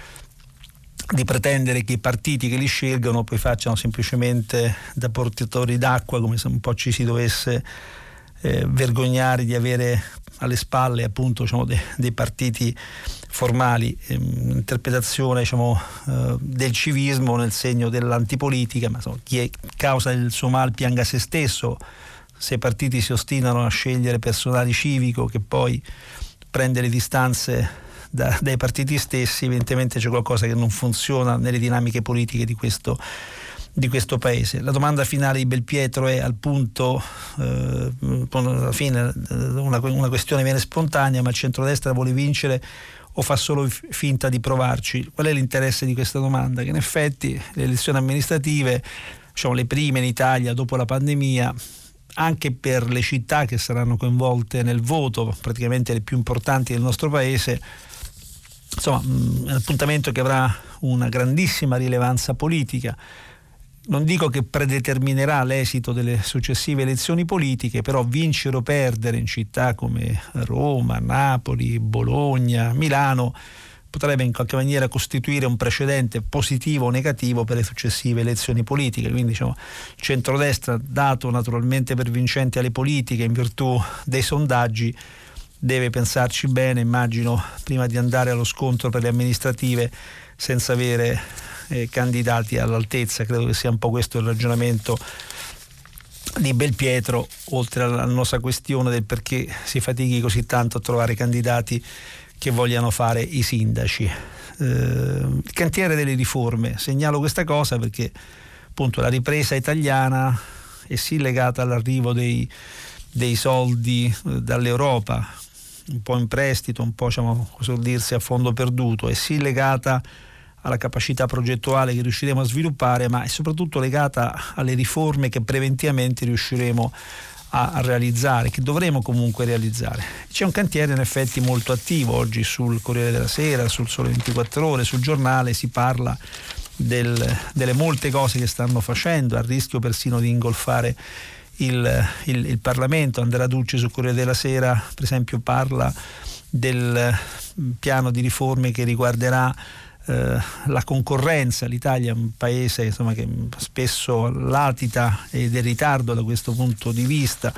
di pretendere che i partiti che li scelgano poi facciano semplicemente da portatori d'acqua, come se un po' ci si dovesse eh, vergognare di avere alle spalle appunto, diciamo, de, dei partiti formali. Eh, interpretazione, diciamo, eh, del civismo nel segno dell'antipolitica, ma insomma, chi è causa del suo mal pianga se stesso. Se i partiti si ostinano a scegliere personale civico che poi prende le distanze da, dai partiti stessi, evidentemente c'è qualcosa che non funziona nelle dinamiche politiche di questo, di questo paese. La domanda finale di Belpietro è al punto, eh, alla fine una, una questione viene spontanea, ma il centrodestra vuole vincere o fa solo finta di provarci? Qual è l'interesse di questa domanda? Che in effetti le elezioni amministrative, diciamo le prime in Italia dopo la pandemia, anche per le città che saranno coinvolte nel voto, praticamente le più importanti del nostro paese, insomma è un appuntamento che avrà una grandissima rilevanza politica. Non dico che predeterminerà l'esito delle successive elezioni politiche, però vincere o perdere in città come Roma, Napoli, Bologna, Milano potrebbe in qualche maniera costituire un precedente positivo o negativo per le successive elezioni politiche. Quindi diciamo, il centrodestra, dato naturalmente per vincente alle politiche in virtù dei sondaggi, deve pensarci bene, immagino, prima di andare allo scontro per le amministrative senza avere eh, candidati all'altezza. Credo che sia un po' questo il ragionamento di Belpietro, oltre alla nostra questione del perché si fatichi così tanto a trovare candidati che vogliano fare i sindaci. Eh, il cantiere delle riforme, segnalo questa cosa perché appunto la ripresa italiana è sì legata all'arrivo dei, dei soldi eh, dall'Europa, un po' in prestito, un po' diciamo, cosa vuol dirsi a fondo perduto, è sì legata alla capacità progettuale che riusciremo a sviluppare, ma è soprattutto legata alle riforme che preventivamente riusciremo a, a realizzare, che dovremo comunque realizzare. C'è un cantiere in effetti molto attivo oggi sul Corriere della Sera, sul Sole ventiquattro Ore, sul giornale si parla del, delle molte cose che stanno facendo, a rischio persino di ingolfare il, il, il Parlamento. Andrea Ducci sul Corriere della Sera per esempio parla del piano di riforme che riguarderà eh, la concorrenza. L'Italia è un paese insomma, che spesso latita ed è in ritardo da questo punto di vista,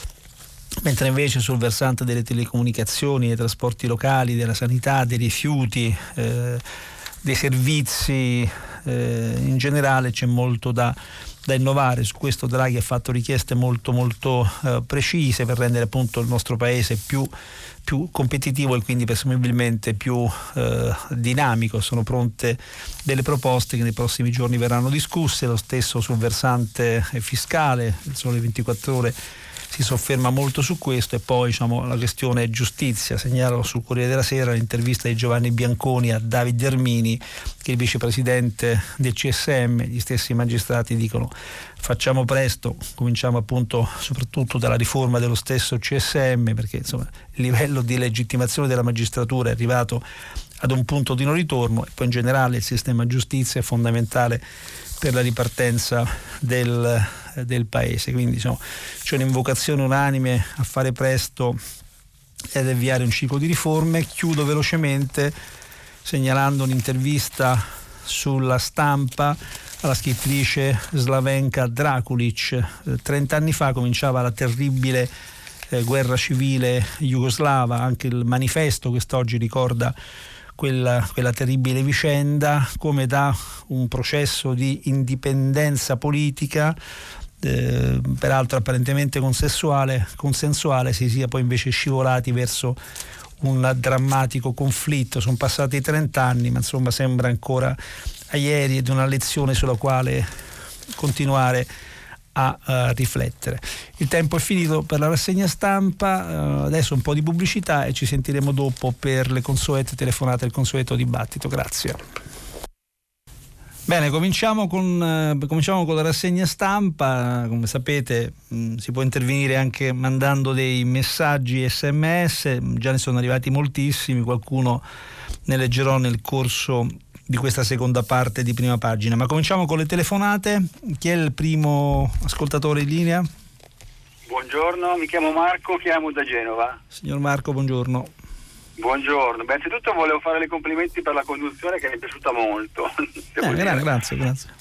mentre invece sul versante delle telecomunicazioni, dei trasporti locali, della sanità, dei rifiuti, eh, dei servizi eh, in generale c'è molto da da innovare. Su questo Draghi ha fatto richieste molto molto eh, precise per rendere appunto il nostro paese più, più competitivo e quindi presumibilmente più eh, dinamico. Sono pronte delle proposte che nei prossimi giorni verranno discusse, lo stesso sul versante fiscale. Il Sole ventiquattro Ore si sofferma molto su questo, e poi diciamo la questione giustizia. Segnalo sul Corriere della Sera l'intervista di Giovanni Bianconi a David Ermini, che è il vicepresidente del C S M. Gli stessi magistrati dicono facciamo presto, cominciamo appunto soprattutto dalla riforma dello stesso C S M, perché insomma il livello di legittimazione della magistratura è arrivato ad un punto di non ritorno, e poi in generale il sistema giustizia è fondamentale per la ripartenza del, del paese. Quindi diciamo, c'è un'invocazione unanime a fare presto ed avviare un ciclo di riforme. Chiudo velocemente segnalando un'intervista sulla Stampa alla scrittrice Slavenka Drakulic. Trent'anni fa cominciava la terribile eh, guerra civile jugoslava. Anche il Manifesto quest'oggi ricorda Quella, quella terribile vicenda, come da un processo di indipendenza politica, eh, peraltro apparentemente consensuale, consensuale, si sia poi invece scivolati verso un drammatico conflitto. Sono passati trent'anni, ma insomma sembra ancora a ieri, ed una lezione sulla quale continuare a uh, riflettere. Il tempo è finito per la rassegna stampa, uh, adesso un po' di pubblicità e ci sentiremo dopo per le consuete telefonate e il consueto dibattito. Grazie. Bene, cominciamo con, uh, cominciamo con la rassegna stampa. Come sapete mh, si può intervenire anche mandando dei messaggi sms, già ne sono arrivati moltissimi, qualcuno ne leggerò nel corso di questa seconda parte di Prima Pagina, ma cominciamo con le telefonate. Chi è il primo ascoltatore in linea? Buongiorno, mi chiamo Marco, chiamo da Genova. Signor Marco, buongiorno. Buongiorno, beh, innanzitutto volevo fare i complimenti per la conduzione, che mi è piaciuta molto. Eh, grazie, grazie, grazie.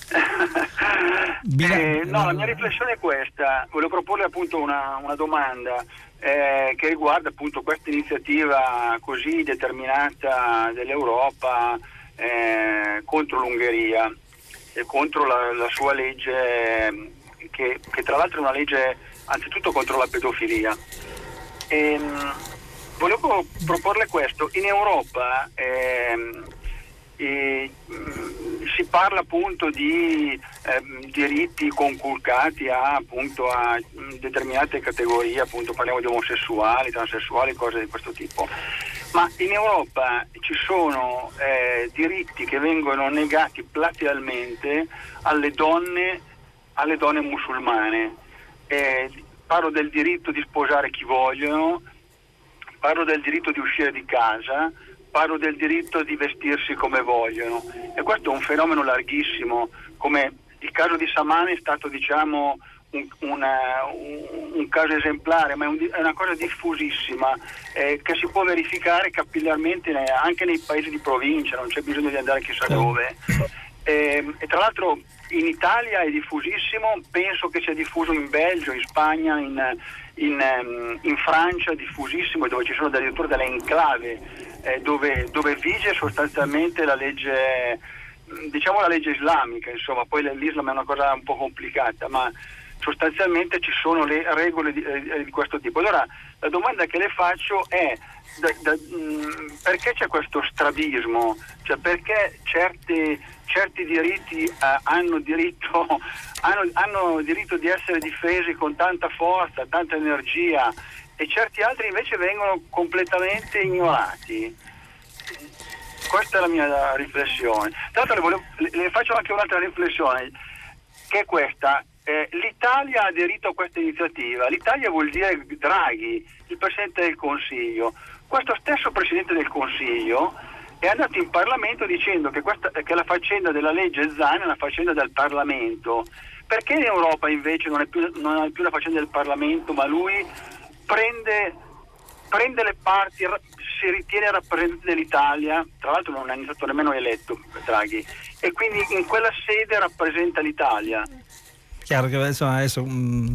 eh, no, la mia riflessione è questa, volevo proporle appunto una, una domanda eh, che riguarda appunto questa iniziativa così determinata dell'Europa Eh, contro l'Ungheria e contro la, la sua legge, che, che tra l'altro è una legge anzitutto contro la pedofilia. E, volevo proporle questo: in Europa eh, eh, si parla appunto di eh, diritti conculcati a, appunto, a determinate categorie, appunto parliamo di omosessuali, transessuali, cose di questo tipo. Ma in Europa ci sono eh, diritti che vengono negati platealmente alle donne, alle donne musulmane. Eh, parlo del diritto di sposare chi vogliono, parlo del diritto di uscire di casa, parlo del diritto di vestirsi come vogliono, e questo è un fenomeno larghissimo, come il caso di Saman è stato, diciamo, un, una, un, un caso esemplare, ma è, un, è una cosa diffusissima eh, che si può verificare capillarmente anche nei paesi di provincia, non c'è bisogno di andare chissà dove. E, e tra l'altro in Italia è diffusissimo, penso che sia diffuso in Belgio, in Spagna, in, in, in Francia, diffusissimo, dove ci sono addirittura delle enclave eh, dove, dove vige sostanzialmente la legge, diciamo la legge islamica, insomma, poi l'Islam è una cosa un po' complicata, ma sostanzialmente ci sono le regole di, eh, di questo tipo. Allora la domanda che le faccio è da, da, mh, perché c'è questo strabismo? Cioè perché certi, certi diritti eh, hanno, diritto, hanno, hanno diritto di essere difesi con tanta forza, tanta energia, e certi altri invece vengono completamente ignorati? Questa è la mia riflessione. Tra l'altro le, volevo, le, le faccio anche un'altra riflessione, che è questa. Eh, L'Italia ha aderito a questa iniziativa. L'Italia vuol dire Draghi, il Presidente del Consiglio. Questo stesso Presidente del Consiglio è andato in Parlamento dicendo che, questa, che la faccenda della legge Zan è una faccenda del Parlamento. Perché in Europa invece non è più, non è più la faccenda del Parlamento, ma lui prende, prende le parti, si ritiene rappresentante dell'Italia, tra l'altro non è stato nemmeno eletto Draghi, e quindi in quella sede rappresenta l'Italia. Chiaro che insomma, adesso mh,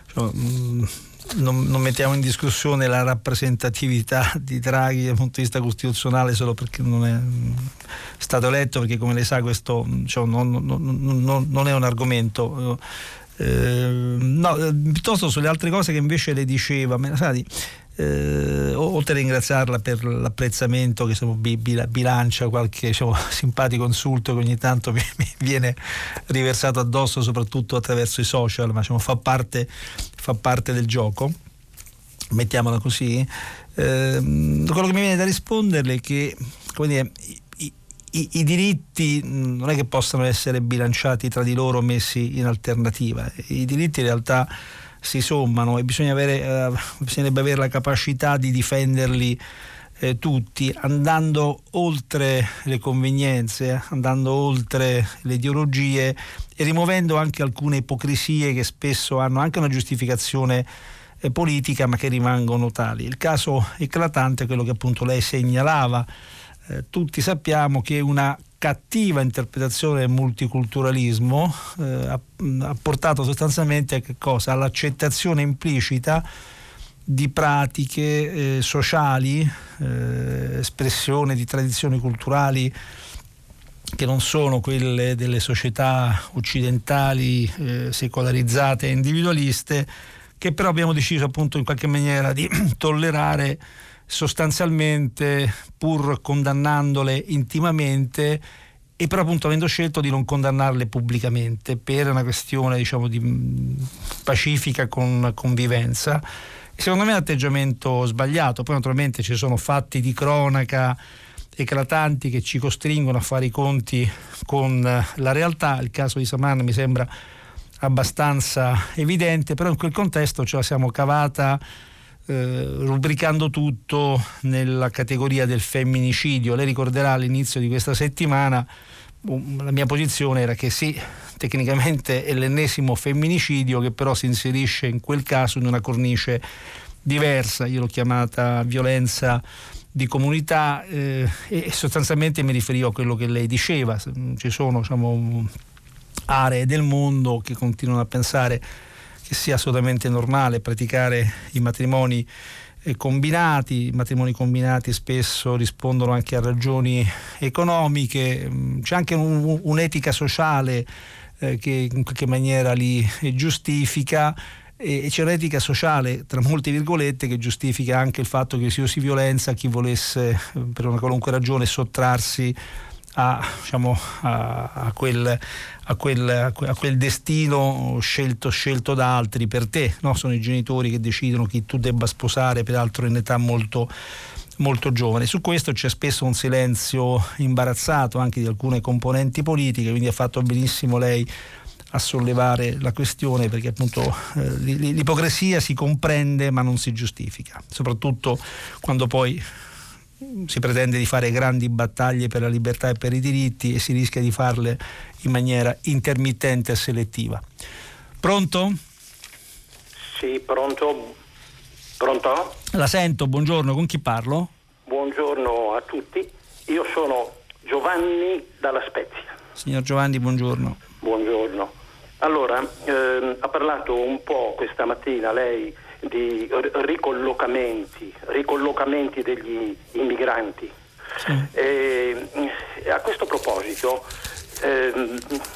mh, non, non mettiamo in discussione la rappresentatività di Draghi dal punto di vista costituzionale solo perché non è mh, stato eletto, perché come lei sa questo cioè, non, non, non, non è un argomento. Eh, no, piuttosto sulle altre cose che invece le diceva, sai, eh, oltre a ringraziarla per l'apprezzamento che insomma, bilancia qualche diciamo, simpatico insulto che ogni tanto mi, mi viene riversato addosso, soprattutto attraverso i social, ma diciamo, fa parte, fa parte del gioco, mettiamola così. Eh, quello che mi viene da risponderle è che, come dire, i, i, i diritti non è che possano essere bilanciati tra di loro, messi in alternativa. I diritti in realtà si sommano e bisogna avere, eh, bisognerebbe avere la capacità di difenderli eh, tutti, andando oltre le convenienze, andando oltre le ideologie e rimuovendo anche alcune ipocrisie che spesso hanno anche una giustificazione eh, politica, ma che rimangono tali. Il caso eclatante è quello che appunto lei segnalava. Eh, tutti sappiamo che una cattiva interpretazione del multiculturalismo eh, ha, ha portato sostanzialmente a che cosa? All'accettazione implicita di pratiche eh, sociali, eh, espressione di tradizioni culturali che non sono quelle delle società occidentali eh, secolarizzate e individualiste, che però abbiamo deciso appunto in qualche maniera di tollerare sostanzialmente, pur condannandole intimamente, e però appunto avendo scelto di non condannarle pubblicamente per una questione diciamo di pacifica con convivenza. E secondo me è un atteggiamento sbagliato. Poi naturalmente ci sono fatti di cronaca eclatanti che ci costringono a fare i conti con la realtà. Il caso di Saman mi sembra abbastanza evidente, però in quel contesto ce la siamo cavata Eh, rubricando tutto nella categoria del femminicidio. Lei ricorderà all'inizio di questa settimana um, la mia posizione era che sì, tecnicamente è l'ennesimo femminicidio, che però si inserisce in quel caso in una cornice diversa. Io l'ho chiamata violenza di comunità eh, e sostanzialmente mi riferivo a quello che lei diceva. Ci sono diciamo, aree del mondo che continuano a pensare che sia assolutamente normale praticare i matrimoni eh, combinati. I matrimoni combinati spesso rispondono anche a ragioni economiche, c'è anche un, un'etica sociale eh, che in qualche maniera li giustifica, e c'è un'etica sociale tra molte virgolette che giustifica anche il fatto che si usi violenza a chi volesse per una qualunque ragione sottrarsi a, diciamo, a, a, quel, a, quel, a quel destino scelto, scelto da altri per te, no? Sono i genitori che decidono chi tu debba sposare, peraltro in età molto, molto giovane. Su questo c'è spesso un silenzio imbarazzato anche di alcune componenti politiche, quindi ha fatto benissimo lei a sollevare la questione, perché appunto eh, l'ipocrisia si comprende ma non si giustifica, soprattutto quando poi si pretende di fare grandi battaglie per la libertà e per i diritti e si rischia di farle in maniera intermittente e selettiva. Pronto? Sì, pronto. Pronto? La sento, buongiorno, con chi parlo? Buongiorno a tutti, io sono Giovanni dalla Spezia. Signor Giovanni, buongiorno. Buongiorno. Allora, ehm, ha parlato un po' questa mattina lei di ricollocamenti, ricollocamenti degli immigranti. Sì. E, a questo proposito, ehm,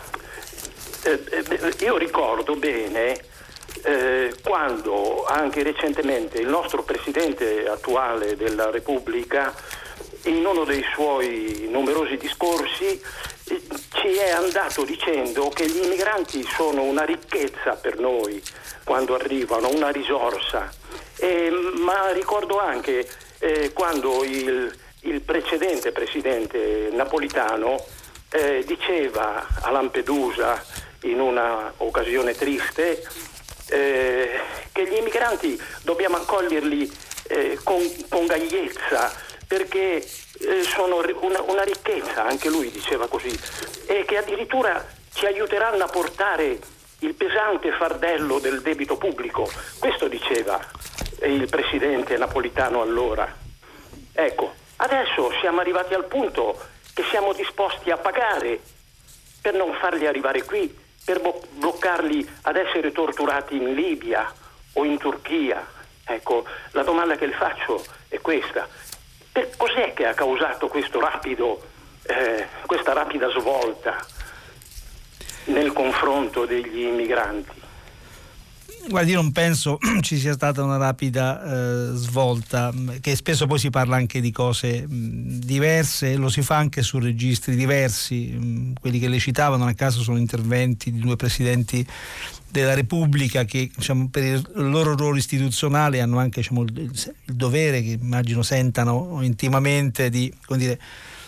eh, io ricordo bene eh, quando anche recentemente il nostro presidente attuale della Repubblica, in uno dei suoi numerosi discorsi, ci è andato dicendo che gli immigranti sono una ricchezza per noi quando arrivano, una risorsa. E, ma ricordo anche eh, quando il, il precedente presidente Napolitano eh, diceva a Lampedusa in una occasione triste eh, che gli immigranti dobbiamo accoglierli eh, con, con gaiezza, perché eh, sono una, una ricchezza, anche lui diceva così, e che addirittura ci aiuteranno a portare il pesante fardello del debito pubblico. Questo diceva il presidente Napolitano allora. Ecco, adesso siamo arrivati al punto che siamo disposti a pagare per non farli arrivare qui, per bo- bloccarli ad essere torturati in Libia o in Turchia. Ecco, la domanda che le faccio è questa: per cos'è che ha causato questo rapido, eh, questa rapida svolta nel confronto degli immigranti? Guardi, io non penso ci sia stata una rapida eh, svolta, che spesso poi si parla anche di cose mh, diverse, lo si fa anche su registri diversi. Mh, quelli che le citava non a caso sono interventi di due presidenti della Repubblica che, diciamo, per il loro ruolo istituzionale hanno anche, diciamo, il, il dovere, che immagino sentano intimamente, di, come dire,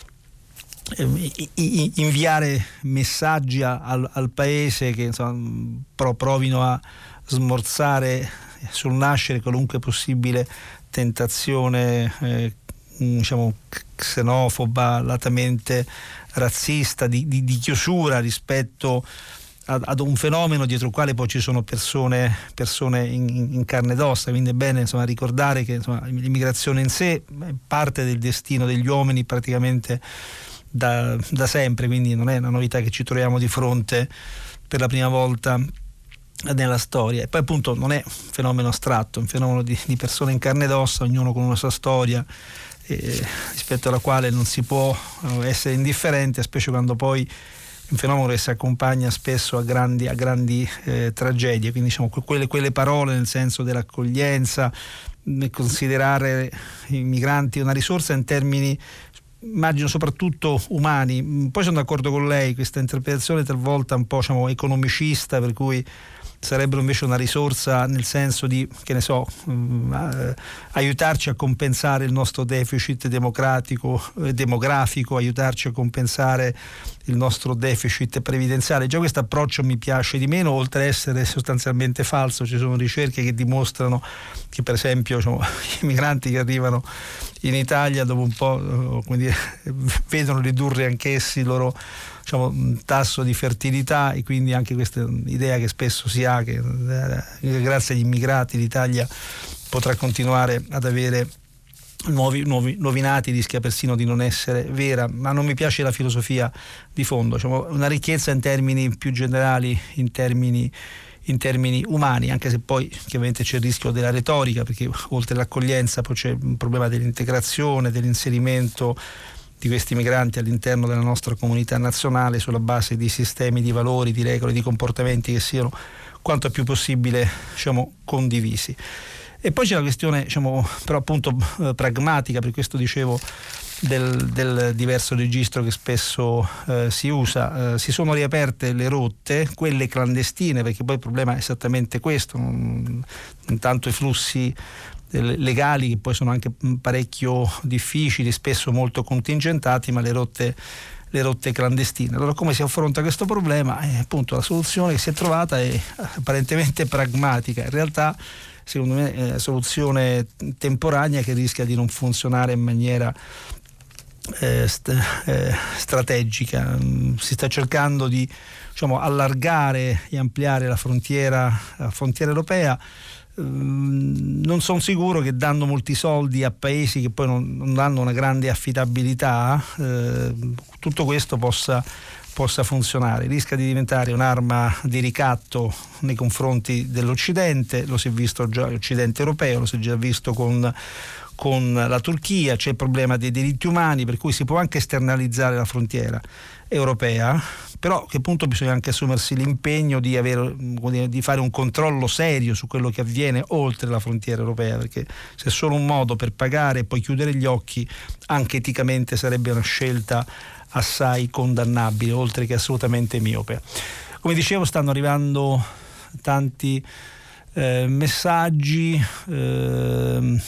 inviare messaggi al, al paese che, insomma, provino a smorzare sul nascere qualunque possibile tentazione eh, diciamo xenofoba, latamente razzista, di, di, di chiusura rispetto ad, ad un fenomeno dietro il quale poi ci sono persone, persone in, in carne ed ossa. Quindi è bene, insomma, ricordare che, insomma, l'immigrazione in sé è parte del destino degli uomini praticamente da, da sempre, quindi non è una novità che ci troviamo di fronte per la prima volta nella storia. E poi appunto non è un fenomeno astratto, è un fenomeno di, di persone in carne ed ossa, ognuno con una sua storia, eh, rispetto alla quale non si può essere indifferenti, specie quando poi un fenomeno che si accompagna spesso a grandi, a grandi eh, tragedie. Quindi, diciamo, quelle, quelle parole nel senso dell'accoglienza, nel considerare i migranti una risorsa in termini, immagino, soprattutto umani. Poi sono d'accordo con lei, questa interpretazione talvolta un po', diciamo, economicista, per cui sarebbero invece una risorsa nel senso di, che ne so, mh, aiutarci a compensare il nostro deficit democratico, eh, demografico, aiutarci a compensare il nostro deficit previdenziale. Già questo approccio mi piace di meno, oltre a essere sostanzialmente falso. Ci sono ricerche che dimostrano che, per esempio, diciamo, i migranti che arrivano in Italia dopo un po', come dire, vedono ridurre anch'essi il loro, diciamo, tasso di fertilità, e quindi anche questa idea che spesso si ha che eh, grazie agli immigrati l'Italia potrà continuare ad avere nuovi, nuovi, nuovi nati, rischia persino di non essere vera. Ma non mi piace la filosofia di fondo, diciamo, una ricchezza in termini più generali, in termini in termini umani, anche se poi chiaramente c'è il rischio della retorica, perché oltre all'accoglienza poi c'è un problema dell'integrazione, dell'inserimento di questi migranti all'interno della nostra comunità nazionale sulla base di sistemi di valori, di regole, di comportamenti che siano quanto più possibile, diciamo, condivisi. E poi c'è la questione, diciamo, però appunto eh, pragmatica, per questo dicevo del, del diverso registro che spesso eh, si usa. Eh, si sono riaperte le rotte, quelle clandestine, perché poi il problema è esattamente questo, non, intanto i flussi legali che poi sono anche parecchio difficili, spesso molto contingentati, ma le rotte le rotte clandestine. Allora come si affronta questo problema? Eh, appunto la soluzione che si è trovata è apparentemente pragmatica, in realtà secondo me è una soluzione temporanea che rischia di non funzionare in maniera eh, st- eh, strategica. Si sta cercando di, diciamo, allargare e ampliare la frontiera, la frontiera europea. Non sono sicuro che dando molti soldi a paesi che poi non, non hanno una grande affidabilità eh, tutto questo possa, possa funzionare. Rischia di diventare un'arma di ricatto nei confronti dell'Occidente, lo si è visto già l'Occidente europeo, lo si è già visto con, con la Turchia. C'è il problema dei diritti umani, per cui si può anche esternalizzare la frontiera europea, però a che punto bisogna anche assumersi l'impegno di, avere, di fare un controllo serio su quello che avviene oltre la frontiera europea, perché se è solo un modo per pagare e poi chiudere gli occhi, anche eticamente sarebbe una scelta assai condannabile, oltre che assolutamente miope. Come dicevo, stanno arrivando tanti eh, messaggi. eh,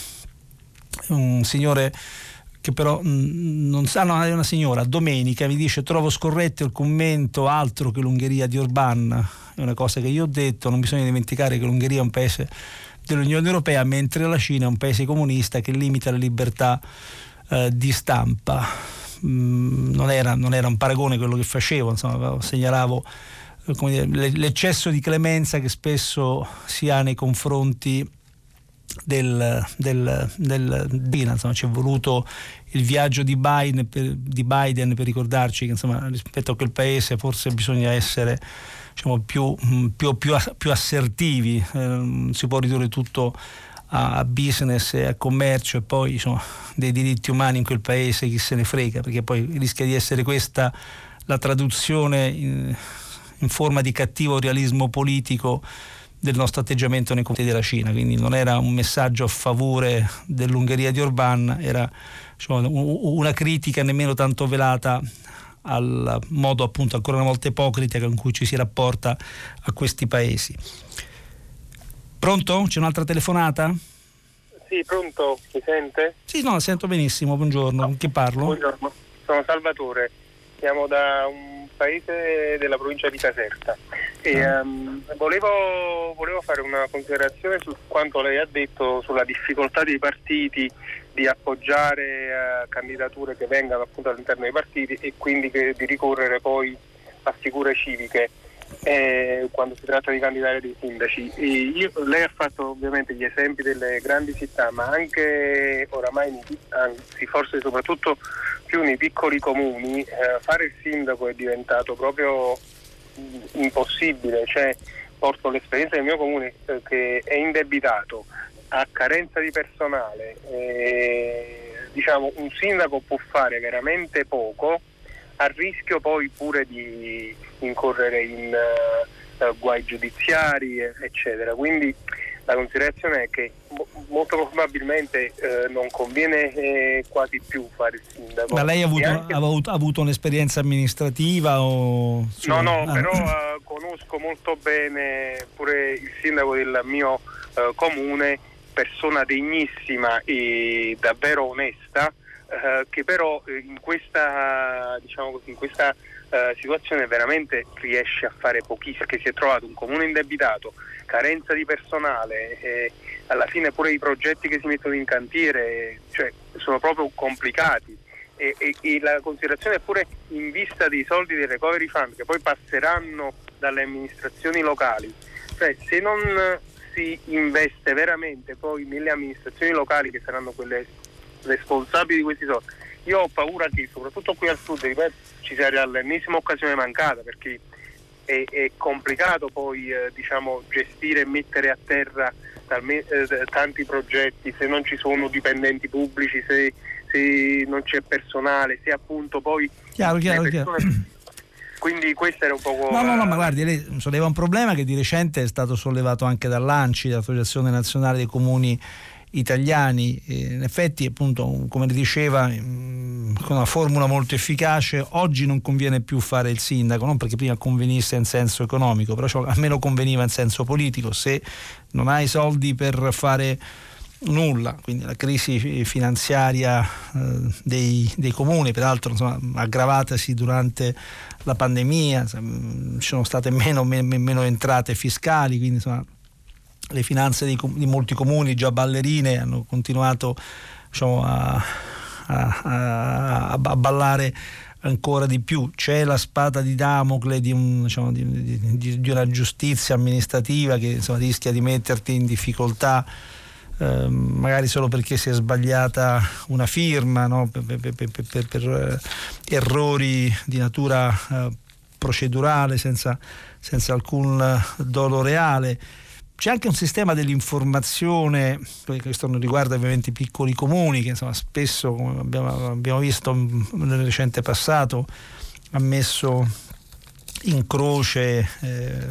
un signore che però mh, non sa, no, è una signora, Domenica, mi dice: trovo scorretto il commento altro che l'Ungheria di Orbán. È una cosa che io ho detto, non bisogna dimenticare che l'Ungheria è un paese dell'Unione Europea, mentre la Cina è un paese comunista che limita la libertà eh, di stampa. Mh, non era, non era un paragone quello che facevo, insomma, segnalavo eh, come dire, l'eccesso di clemenza che spesso si ha nei confronti del del, del, del insomma, ci è voluto il viaggio di Biden, per, di Biden per ricordarci che, insomma, rispetto a quel paese forse bisogna essere, diciamo, più, più, più, più assertivi. Eh, si può ridurre tutto a business e a commercio e poi, insomma, dei diritti umani in quel paese chi se ne frega, perché poi rischia di essere questa la traduzione in, in forma di cattivo realismo politico del nostro atteggiamento nei confronti della Cina. Quindi non era un messaggio a favore dell'Ungheria di Orbán, era, diciamo, una critica nemmeno tanto velata al modo, appunto, ancora una volta ipocrita con cui ci si rapporta a questi paesi. Pronto? C'è un'altra telefonata? Sì, pronto? Mi sente? Sì, no, sento benissimo, buongiorno. Con chi parlo? Buongiorno, sono Salvatore, siamo da un paese della provincia di Caserta e um, volevo, volevo fare una considerazione su quanto lei ha detto sulla difficoltà dei partiti di appoggiare uh, candidature che vengano appunto all'interno dei partiti e quindi che, di ricorrere poi a figure civiche eh, quando si tratta di candidare dei sindaci. E io, lei ha fatto ovviamente gli esempi delle grandi città, ma anche oramai, anzi forse soprattutto più nei piccoli comuni, eh, fare il sindaco è diventato proprio impossibile. Cioè, porto l'esperienza del mio comune eh, che è indebitato, ha carenza di personale, eh, diciamo un sindaco può fare veramente poco, a rischio poi pure di incorrere in uh, uh, guai giudiziari, eccetera. Quindi la considerazione è che mo- molto probabilmente uh, non conviene eh, quasi più fare il sindaco. Ma lei ha avuto, anche... ha avuto, ha avuto un'esperienza amministrativa? O... No, no, ah. però uh, conosco molto bene pure il sindaco del mio uh, comune, persona degnissima e davvero onesta, Uh, che però uh, in questa, diciamo così, in questa uh, situazione veramente riesce a fare pochissimo, perché si è trovato un comune indebitato, carenza di personale, e alla fine pure i progetti che si mettono in cantiere, cioè, sono proprio complicati e, e, e la considerazione è pure in vista dei soldi del recovery fund che poi passeranno dalle amministrazioni locali. Cioè, se non si investe veramente poi nelle amministrazioni locali, che saranno quelle responsabili di questi soldi, io ho paura che soprattutto qui al sud, ripeto, ci sia l'ennesima occasione mancata, perché è, è complicato poi eh, diciamo gestire e mettere a terra talme, eh, tanti progetti se non ci sono dipendenti pubblici, se, se non c'è personale, se appunto poi chiaro, chiaro, persone... chiaro. Quindi questo era un po'... No, no, no, ma guardi, lei solleva un problema che di recente è stato sollevato anche dall'ANCI, l'Associazione Nazionale dei Comuni Italiani. In effetti, appunto, come diceva, una formula molto efficace. Oggi non conviene più fare il sindaco, non perché prima convenisse in senso economico, però cioè, almeno conveniva in senso politico. Se non hai soldi per fare nulla, quindi la crisi finanziaria eh, dei, dei comuni, peraltro insomma, aggravatasi durante la pandemia, insomma, ci sono state meno, meno, meno entrate fiscali, quindi insomma, le finanze di, di molti comuni già ballerine hanno continuato, diciamo, a, a, a, a ballare ancora di più. C'è la spada di Damocle di, un, diciamo, di, di, di una giustizia amministrativa che insomma, rischia di metterti in difficoltà, eh, magari solo perché si è sbagliata una firma, no? per, per, per, per, per eh, errori di natura eh, procedurale senza, senza alcun dolo reale. C'è anche un sistema dell'informazione, questo non riguarda ovviamente i piccoli comuni, che insomma, spesso, come abbiamo, abbiamo visto nel recente passato, ha messo in croce eh,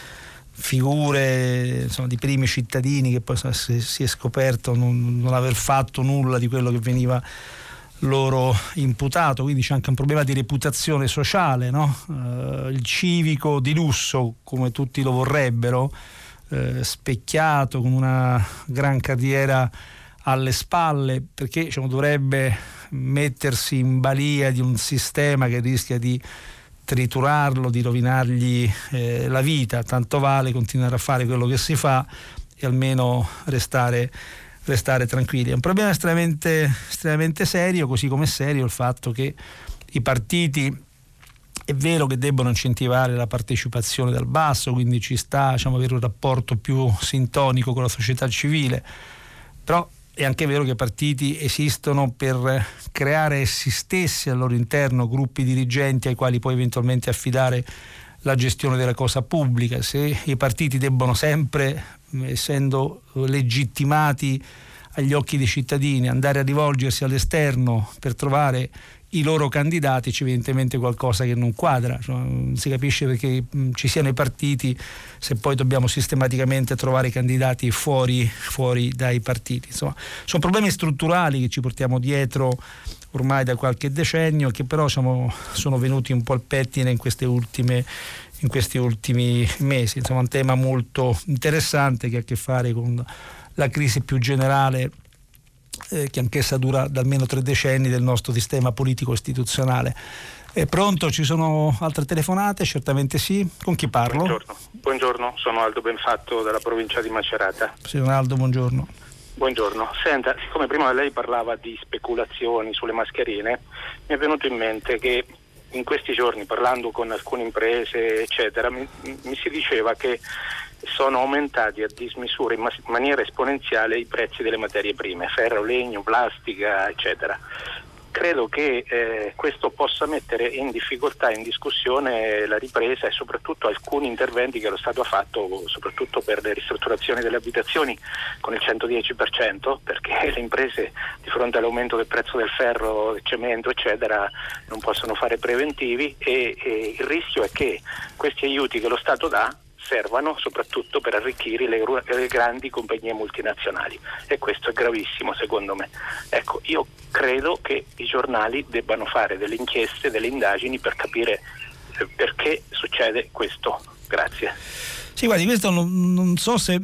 figure insomma, di primi cittadini che poi insomma, si, si è scoperto non, non aver fatto nulla di quello che veniva loro imputato, quindi c'è anche un problema di reputazione sociale, no? Eh, il civico di lusso, come tutti lo vorrebbero, Eh, specchiato, con una gran carriera alle spalle, perché diciamo, dovrebbe mettersi in balia di un sistema che rischia di triturarlo, di rovinargli eh, la vita. Tanto vale continuare a fare quello che si fa e almeno restare, restare tranquilli. È un problema estremamente, estremamente serio, così come è serio il fatto che i partiti, è vero che debbono incentivare la partecipazione dal basso, quindi ci sta, diciamo, avere un rapporto più sintonico con la società civile, però è anche vero che i partiti esistono per creare essi stessi al loro interno gruppi dirigenti ai quali poi eventualmente affidare la gestione della cosa pubblica. Se i partiti debbono sempre, essendo legittimati agli occhi dei cittadini, andare a rivolgersi all'esterno per trovare i loro candidati, c'è evidentemente qualcosa che non quadra, cioè, non si capisce perché mh, ci siano i partiti se poi dobbiamo sistematicamente trovare i candidati fuori, fuori dai partiti. Insomma, sono problemi strutturali che ci portiamo dietro ormai da qualche decennio, che però diciamo, sono venuti un po' al pettine in queste ultime in questi ultimi mesi. Insomma, un tema molto interessante che ha a che fare con la crisi più generale, Eh, che anch'essa dura da almeno tre decenni, del nostro sistema politico istituzionale. È pronto? Ci sono altre telefonate? Certamente sì. Con chi parlo? Buongiorno, buongiorno. Sono Aldo Benfatto della provincia di Macerata. Signor Aldo, buongiorno. Buongiorno. Senta, siccome prima lei parlava di speculazioni sulle mascherine, mi è venuto in mente che in questi giorni, parlando con alcune imprese eccetera, mi, mi si diceva che sono aumentati a dismisura, in maniera esponenziale, i prezzi delle materie prime, ferro, legno, plastica, eccetera. Credo che eh, questo possa mettere in difficoltà, in discussione la ripresa e soprattutto alcuni interventi che lo Stato ha fatto, soprattutto per le ristrutturazioni delle abitazioni con il centodieci per cento, perché le imprese di fronte all'aumento del prezzo del ferro, del cemento, eccetera, non possono fare preventivi e, e il rischio è che questi aiuti che lo Stato dà servano soprattutto per arricchire le, le grandi compagnie multinazionali, e questo è gravissimo secondo me. Ecco, io credo che i giornali debbano fare delle inchieste, delle indagini per capire eh, perché succede questo. Grazie. Sì, guardi, questo non, non so se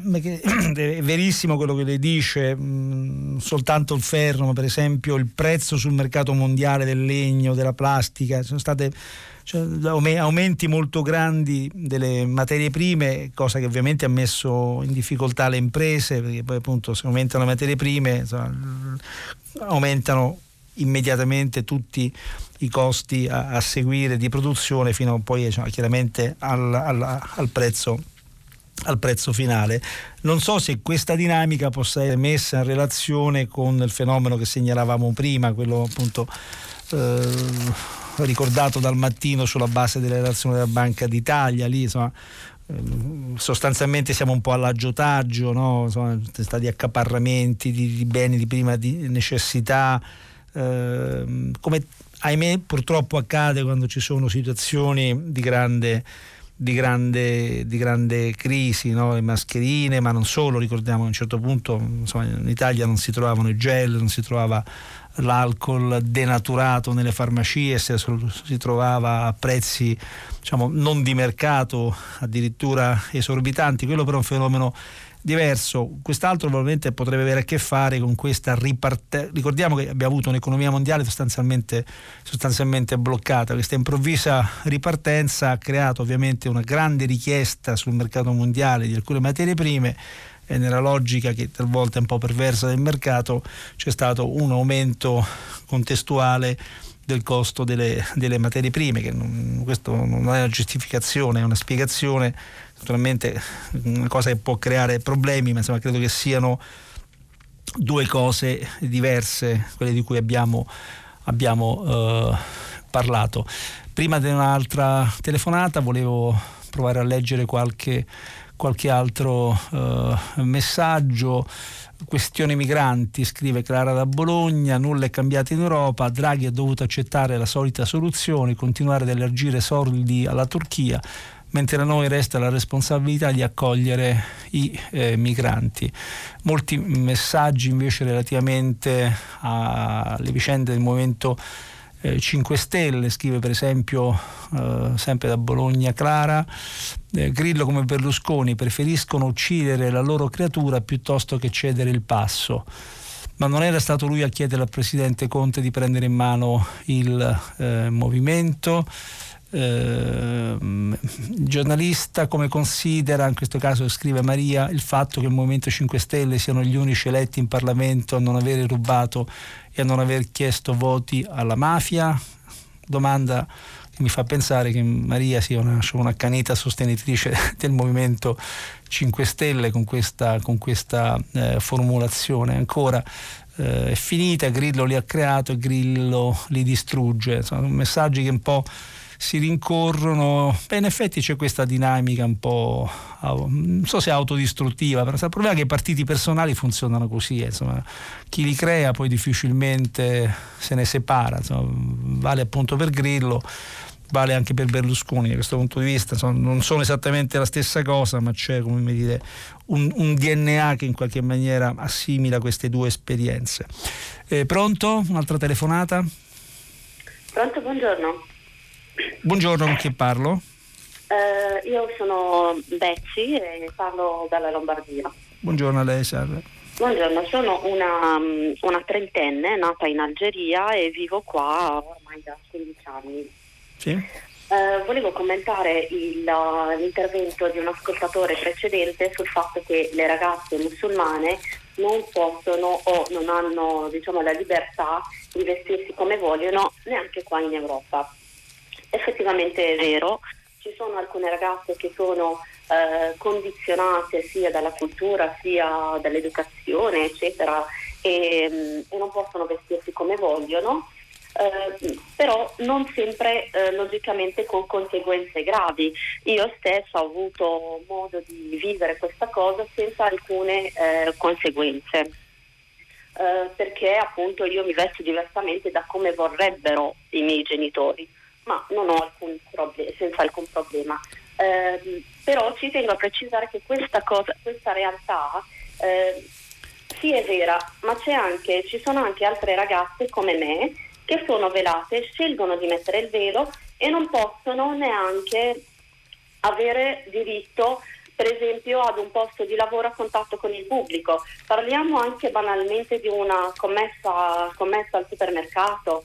è verissimo quello che lei dice, mh, soltanto il ferro, ma per esempio il prezzo sul mercato mondiale del legno, della plastica, sono state cioè, aumenti molto grandi delle materie prime, cosa che ovviamente ha messo in difficoltà le imprese, perché poi appunto se aumentano le materie prime, insomma, aumentano immediatamente tutti i costi a, a seguire di produzione fino poi diciamo, chiaramente al, al, al prezzo al prezzo finale. Non so se questa dinamica possa essere messa in relazione con il fenomeno che segnalavamo prima, quello appunto eh, ricordato dal Mattino sulla base delle relazioni della Banca d'Italia. Lì insomma sostanzialmente siamo un po' all'aggiotaggio, no? Insomma, stati accaparramenti di, di beni di prima di necessità, eh, come ahimè purtroppo accade quando ci sono situazioni di grande di grande, di grande crisi, no? Le mascherine, ma non solo, ricordiamo che a un certo punto, insomma, in Italia non si trovavano i gel, non si trovava l'alcol denaturato nelle farmacie, si trovava a prezzi, diciamo, non di mercato, addirittura esorbitanti. Quello però è un fenomeno diverso. Quest'altro probabilmente potrebbe avere a che fare con questa ripartenza. Ricordiamo che abbiamo avuto un'economia mondiale sostanzialmente, sostanzialmente bloccata. Questa improvvisa ripartenza ha creato ovviamente una grande richiesta sul mercato mondiale di alcune materie prime, e nella logica che talvolta è un po' perversa del mercato c'è stato un aumento contestuale del costo delle, delle materie prime, che non, questo non è una giustificazione, è una spiegazione, naturalmente una cosa che può creare problemi, ma insomma credo che siano due cose diverse, quelle di cui abbiamo, abbiamo eh, parlato. Prima di un'altra telefonata volevo provare a leggere qualche qualche altro uh, messaggio. Questione migranti, scrive Clara da Bologna: nulla è cambiato in Europa, Draghi ha dovuto accettare la solita soluzione, continuare ad elargire soldi alla Turchia, mentre a noi resta la responsabilità di accogliere i eh, migranti. Molti messaggi invece relativamente alle vicende del Movimento Eh, cinque Stelle, scrive per esempio eh, sempre da Bologna Clara: eh, Grillo come Berlusconi preferiscono uccidere la loro creatura piuttosto che cedere il passo, ma non era stato lui a chiedere al presidente Conte di prendere in mano il eh, movimento. Eh, giornalista come considera, in questo caso scrive Maria, il fatto che il Movimento cinque Stelle siano gli unici eletti in Parlamento a non avere rubato e a non aver chiesto voti alla mafia? Domanda che mi fa pensare che Maria sia una, un'accanita sostenitrice del Movimento cinque Stelle con questa, con questa eh, formulazione. Ancora eh, è finita, Grillo li ha creato e Grillo li distrugge. Sono messaggi che un po' si rincorrono. Beh, in effetti c'è questa dinamica un po', non so se autodistruttiva, però il problema è che i partiti personali funzionano così, eh, insomma, chi li crea poi difficilmente se ne separa, insomma, vale appunto per Grillo, vale anche per Berlusconi da questo punto di vista, insomma, non sono esattamente la stessa cosa, ma c'è, come dire, un, un D N A che in qualche maniera assimila queste due esperienze. Eh, pronto? Un'altra telefonata? Pronto, buongiorno. Buongiorno, con chi parlo? Uh, io sono Betsy e parlo dalla Lombardia. Buongiorno a lei, salve. Buongiorno, sono una, una trentenne nata in Algeria e vivo qua ormai da quindici anni. Sì. Uh, volevo commentare il, l'intervento di un ascoltatore precedente sul fatto che le ragazze musulmane non possono o non hanno, diciamo, la libertà di vestirsi come vogliono neanche qua in Europa. Effettivamente è vero, ci sono alcune ragazze che sono eh, condizionate sia dalla cultura sia dall'educazione eccetera e, e non possono vestirsi come vogliono, eh, però non sempre eh, logicamente con conseguenze gravi. Io stessa ho avuto modo di vivere questa cosa senza alcune eh, conseguenze, eh, perché appunto io mi vesto diversamente da come vorrebbero i miei genitori, ma non ho alcun problema, senza alcun problema. Eh, però ci tengo a precisare che questa cosa, questa realtà eh, sì è vera, ma c'è anche, ci sono anche altre ragazze come me che sono velate, scelgono di mettere il velo e non possono neanche avere diritto, per esempio, ad un posto di lavoro a contatto con il pubblico. Parliamo anche banalmente di una commessa, commessa al supermercato,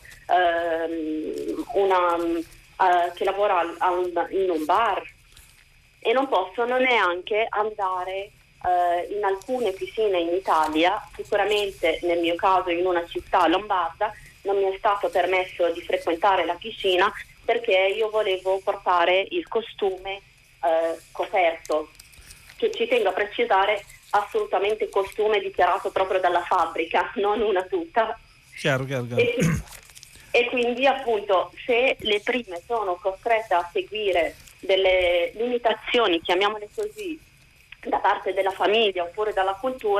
ehm, una eh, che lavora a un, in un bar, e non possono neanche andare eh, in alcune piscine in Italia. Sicuramente nel mio caso in una città lombarda non mi è stato permesso di frequentare la piscina perché io volevo portare il costume eh, coperto, che ci tengo a precisare assolutamente costume dichiarato proprio dalla fabbrica, non una tuta. Chiaro, chiaro, chiaro. E, e quindi appunto se le prime sono costrette a seguire delle limitazioni, chiamiamole così, da parte della famiglia oppure dalla cultura,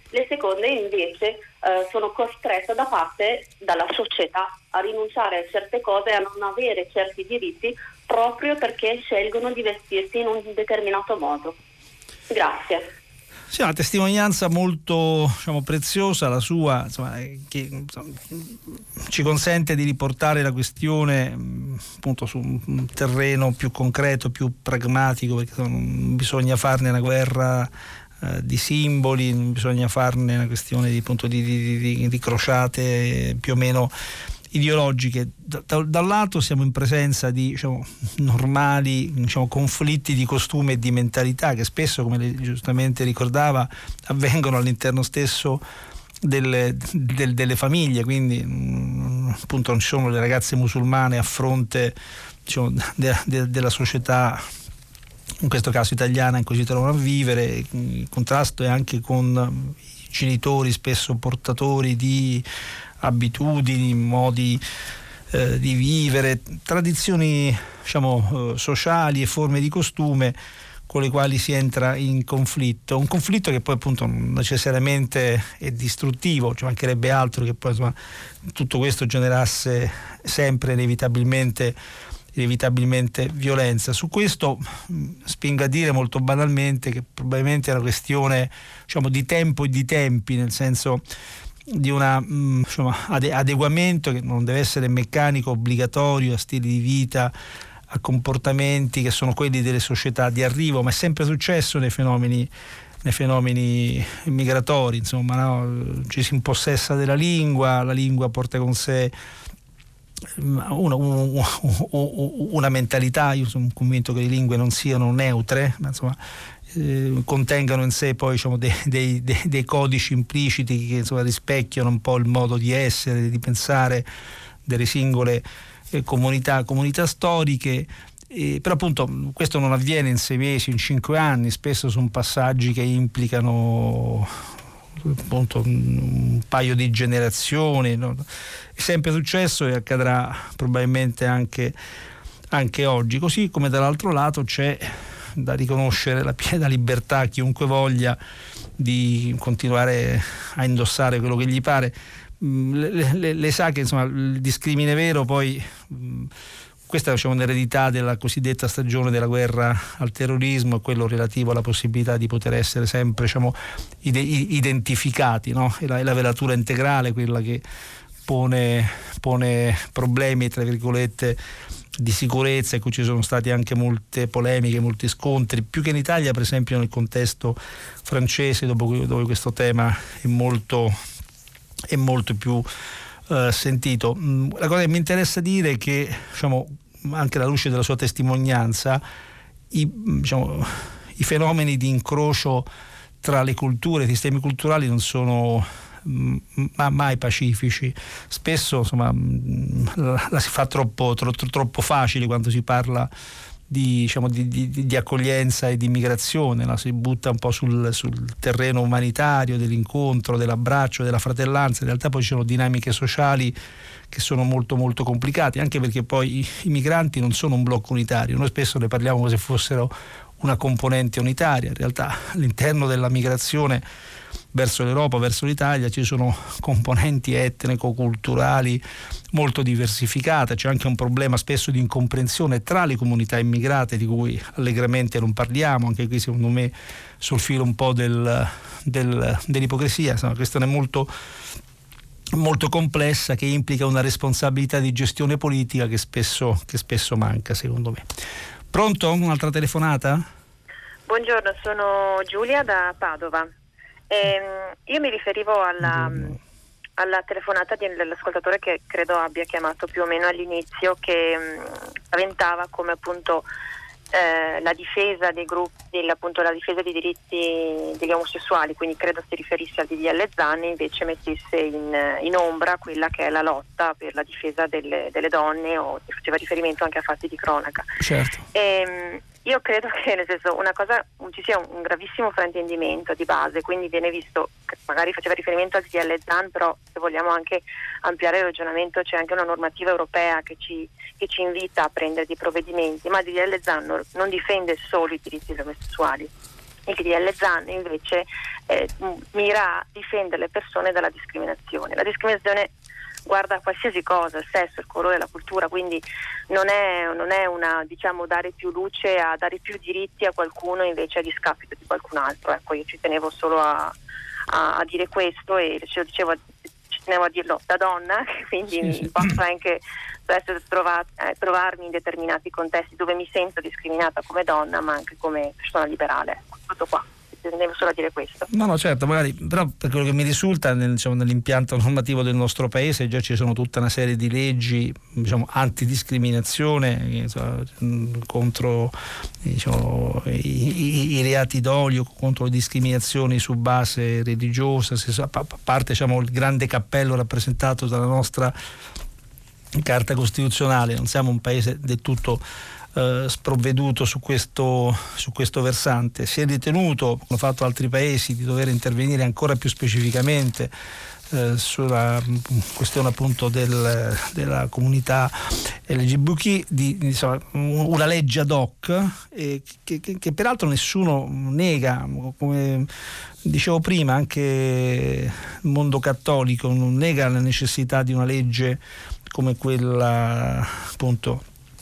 le seconde invece eh, sono costrette da parte dalla società a rinunciare a certe cose e a non avere certi diritti proprio perché scelgono di vestirsi in un determinato modo. Grazie. Sì, una testimonianza molto, diciamo, preziosa la sua, insomma, che insomma, ci consente di riportare la questione appunto su un terreno più concreto, più pragmatico, perché non bisogna farne una guerra eh, di simboli, non bisogna farne una questione di, appunto, di, di, di, di crociate più o meno ideologiche. Da, da, da un lato siamo in presenza di, diciamo, normali, diciamo, conflitti di costume e di mentalità che spesso, come lei giustamente ricordava, avvengono all'interno stesso delle, del, delle famiglie, quindi mh, appunto non ci sono le ragazze musulmane a fronte, diciamo, de, de, della società, in questo caso italiana, in cui si trovano a vivere. Il contrasto è anche con i genitori spesso portatori di abitudini, modi eh, di vivere, tradizioni, diciamo, eh, sociali e forme di costume con le quali si entra in conflitto, un conflitto che poi appunto non necessariamente è distruttivo, ci mancherebbe altro che poi, insomma, tutto questo generasse sempre inevitabilmente inevitabilmente violenza. Su questo mh, spingo a dire molto banalmente che probabilmente è una questione, diciamo, di tempo e di tempi, nel senso di una mh, insomma, ade- adeguamento che non deve essere meccanico, obbligatorio a stili di vita, a comportamenti che sono quelli delle società di arrivo, ma è sempre successo nei fenomeni nei fenomeni migratori, insomma, no? Ci si impossessa della lingua, la lingua porta con sé una, una, una mentalità. Io sono convinto che le lingue non siano neutre, ma insomma eh, contengano in sé poi, diciamo, dei, dei, dei, dei codici impliciti che, insomma, rispecchiano un po' il modo di essere, di pensare delle singole eh, comunità, comunità storiche. Eh, però appunto questo non avviene in sei mesi, in cinque anni, spesso sono passaggi che implicano appunto un paio di generazioni, no? È sempre successo e accadrà probabilmente anche, anche oggi, così come dall'altro lato c'è da riconoscere la piena libertà a chiunque voglia di continuare a indossare quello che gli pare. Le, le, le sa che, insomma, il discrimine vero poi mh, questa è, diciamo, un'eredità della cosiddetta stagione della guerra al terrorismo, quello relativo alla possibilità di poter essere sempre, diciamo, ide- identificati, no? È la, è la velatura integrale quella che pone, pone problemi, tra virgolette, di sicurezza, in cui ci sono stati anche molte polemiche, molti scontri, più che in Italia, per esempio nel contesto francese, dove, dove questo tema è molto, è molto più Uh, sentito. La cosa che mi interessa dire è che, diciamo, anche alla luce della sua testimonianza, i, diciamo, i fenomeni di incrocio tra le culture, i sistemi culturali non sono ma mai pacifici. Spesso, insomma, la, la si fa troppo, troppo, troppo facile quando si parla di, diciamo, di, di, di accoglienza e di immigrazione, no? Si butta un po' sul, sul terreno umanitario, dell'incontro, dell'abbraccio, della fratellanza. In realtà poi ci sono dinamiche sociali che sono molto molto complicate, anche perché poi i, i migranti non sono un blocco unitario. Noi spesso ne parliamo come se fossero una componente unitaria. In realtà all'interno della migrazione verso l'Europa, verso l'Italia, ci sono componenti etnico-culturali molto diversificate. C'è anche un problema spesso di incomprensione tra le comunità immigrate, di cui allegramente non parliamo, anche qui secondo me sul filo un po' del, del, dell'ipocrisia. Insomma, una questione molto, molto complessa, che implica una responsabilità di gestione politica che spesso, che spesso manca, secondo me. Pronto? Un'altra telefonata? Buongiorno, sono Giulia da Padova. Eh, io mi riferivo alla, alla telefonata dell'ascoltatore che credo abbia chiamato più o meno all'inizio, che mh, spaventava come appunto eh, la difesa dei gruppi, appunto la difesa dei diritti degli omosessuali, quindi credo si riferisse al D D L Zan, invece mettesse in, in ombra quella che è la lotta per la difesa delle, delle donne, o faceva riferimento anche a fatti di cronaca. Certo. E, io credo che, nel senso, una cosa, ci sia un, un gravissimo fraintendimento di base, quindi viene visto, magari faceva riferimento al D D L Zan, però se vogliamo anche ampliare il ragionamento c'è anche una normativa europea che ci, che ci invita a prendere dei provvedimenti, ma il D D L Zan non, non difende solo i diritti degli omosessuali, Il D D L Zan invece eh, mira a difendere le persone dalla discriminazione. La discriminazione guarda a qualsiasi cosa, il sesso, il colore, la cultura, quindi non è, non è una, diciamo, dare più luce, a dare più diritti a qualcuno invece a discapito di qualcun altro. Ecco, io ci tenevo solo a, a, a dire questo, e ce lo dicevo, ci tenevo a dirlo da donna, quindi sì, sì. posso anche essere trovat, eh, trovarmi in determinati contesti dove mi sento discriminata come donna, ma anche come persona liberale. Ecco, tutto qua. Tenevo solo a dire questo. No, no, certo, magari, però per quello che mi risulta nel, diciamo, nell'impianto normativo del nostro paese già ci sono tutta una serie di leggi, diciamo, antidiscriminazione, insomma, contro, diciamo, i, i, i reati d'odio, contro le discriminazioni su base religiosa, a parte, diciamo, il grande cappello rappresentato dalla nostra Carta Costituzionale. Non siamo un paese del tutto Uh, sprovveduto su questo, su questo versante. Si è ritenuto, come hanno fatto altri paesi, di dover intervenire ancora più specificamente uh, sulla questione appunto del, della comunità L G B T Q, di, insomma, una legge ad hoc eh, che, che, che peraltro nessuno nega. Come dicevo prima, anche il mondo cattolico non nega la necessità di una legge come quella appunto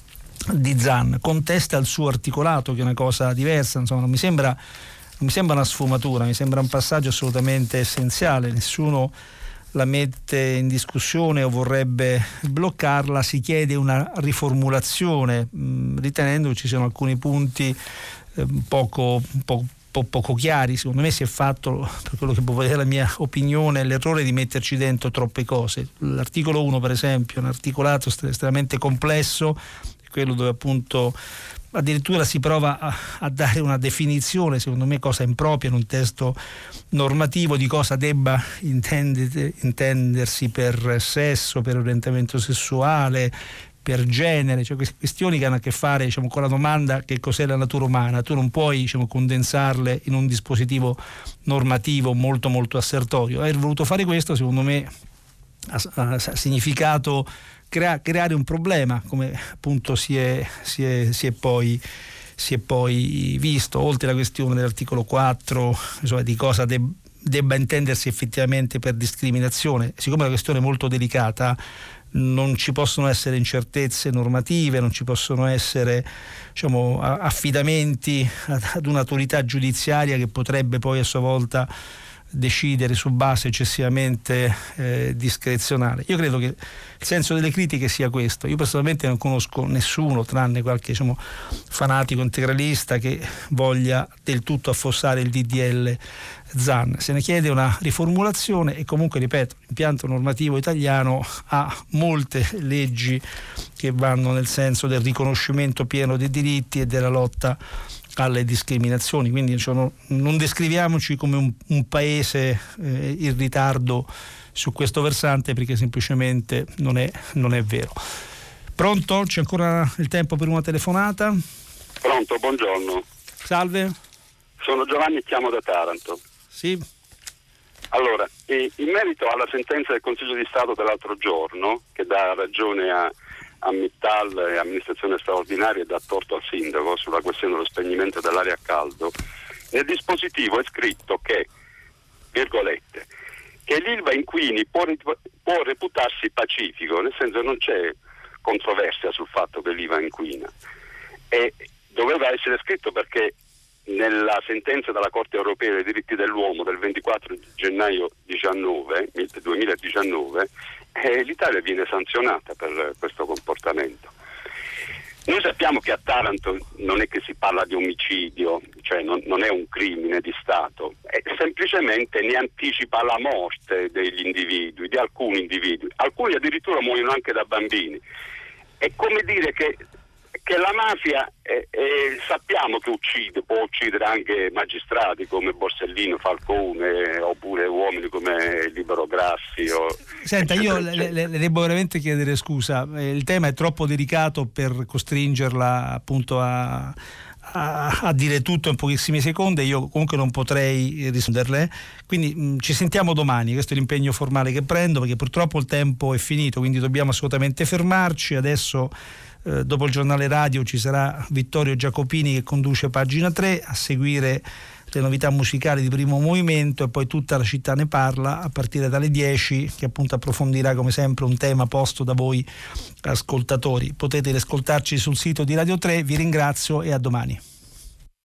di Zan, contesta il suo articolato, che è una cosa diversa. Insomma, non mi sembra, non mi sembra una sfumatura, mi sembra un passaggio assolutamente essenziale. Nessuno la mette in discussione o vorrebbe bloccarla, si chiede una riformulazione, mh, ritenendo che ci siano alcuni punti eh, poco, po, po, poco chiari. Secondo me si è fatto, per quello che può vedere la mia opinione, l'errore di metterci dentro troppe cose. L'articolo uno, per esempio, è un articolato estremamente complesso, quello dove appunto addirittura si prova a, a dare una definizione, secondo me cosa impropria in un testo normativo, di cosa debba intendere, intendersi per sesso, per orientamento sessuale, per genere, cioè queste questioni che hanno a che fare, diciamo, con la domanda che cos'è la natura umana. Tu non puoi, diciamo, condensarle in un dispositivo normativo molto molto assertorio. Aver voluto fare questo, secondo me, ha, ha significato Crea, creare un problema, come appunto si è, si è, si è, poi, si è poi visto, oltre alla questione dell'articolo quattro, insomma, di cosa deb, debba intendersi effettivamente per discriminazione. Siccome la questione è molto delicata, non ci possono essere incertezze normative, non ci possono essere, diciamo, affidamenti ad un'autorità giudiziaria che potrebbe poi a sua volta decidere su base eccessivamente eh, discrezionale. Io credo che il senso delle critiche sia questo. Io personalmente non conosco nessuno, tranne qualche, diciamo, fanatico integralista, che voglia del tutto affossare il D D L Zan. Se ne chiede una riformulazione e comunque, ripeto, l'impianto normativo italiano ha molte leggi che vanno nel senso del riconoscimento pieno dei diritti e della lotta alle discriminazioni, quindi, diciamo, non descriviamoci come un, un paese eh, in ritardo su questo versante, perché semplicemente non è, non è vero. Pronto? C'è ancora il tempo per una telefonata? Pronto, buongiorno. Salve. Sono Giovanni e chiamo da Taranto. Sì. Allora, eh, in merito alla sentenza del Consiglio di Stato dell'altro giorno, che dà ragione a a Mittal e amministrazione straordinaria e dà torto al sindaco sulla questione dello spegnimento dell'aria a caldo, nel dispositivo è scritto che, virgolette, che l'Ilva Inquini può, può reputarsi pacifico, nel senso che non c'è controversia sul fatto che l'Ilva inquina, e doveva essere scritto perché nella sentenza della Corte Europea dei diritti dell'uomo del ventiquattro gennaio duemiladiciannove eh, l'Italia viene sanzionata per questo comportamento. Noi sappiamo che a Taranto non è che si parla di omicidio, cioè non, non è un crimine di Stato, è semplicemente ne anticipa la morte degli individui, di alcuni individui, alcuni addirittura muoiono anche da bambini. È come dire che che la mafia eh, eh, sappiamo che uccide, può uccidere anche magistrati come Borsellino, Falcone, oppure uomini come Libero Grassi. O, Senta, eccetera, io eccetera. Le, le devo veramente chiedere scusa, eh, il tema è troppo delicato per costringerla appunto a, a, a dire tutto in pochissimi secondi. Io comunque non potrei risponderle, quindi mh, ci sentiamo domani. Questo è l'impegno formale che prendo, perché purtroppo il tempo è finito, quindi dobbiamo assolutamente fermarci. Adesso Eh, dopo il giornale radio ci sarà Vittorio Giacopini che conduce Pagina tre, a seguire le novità musicali di Primo Movimento e poi Tutta la città ne parla a partire dalle dieci, che appunto approfondirà come sempre un tema posto da voi ascoltatori. Potete riascoltarci sul sito di Radio tre, vi ringrazio e a domani.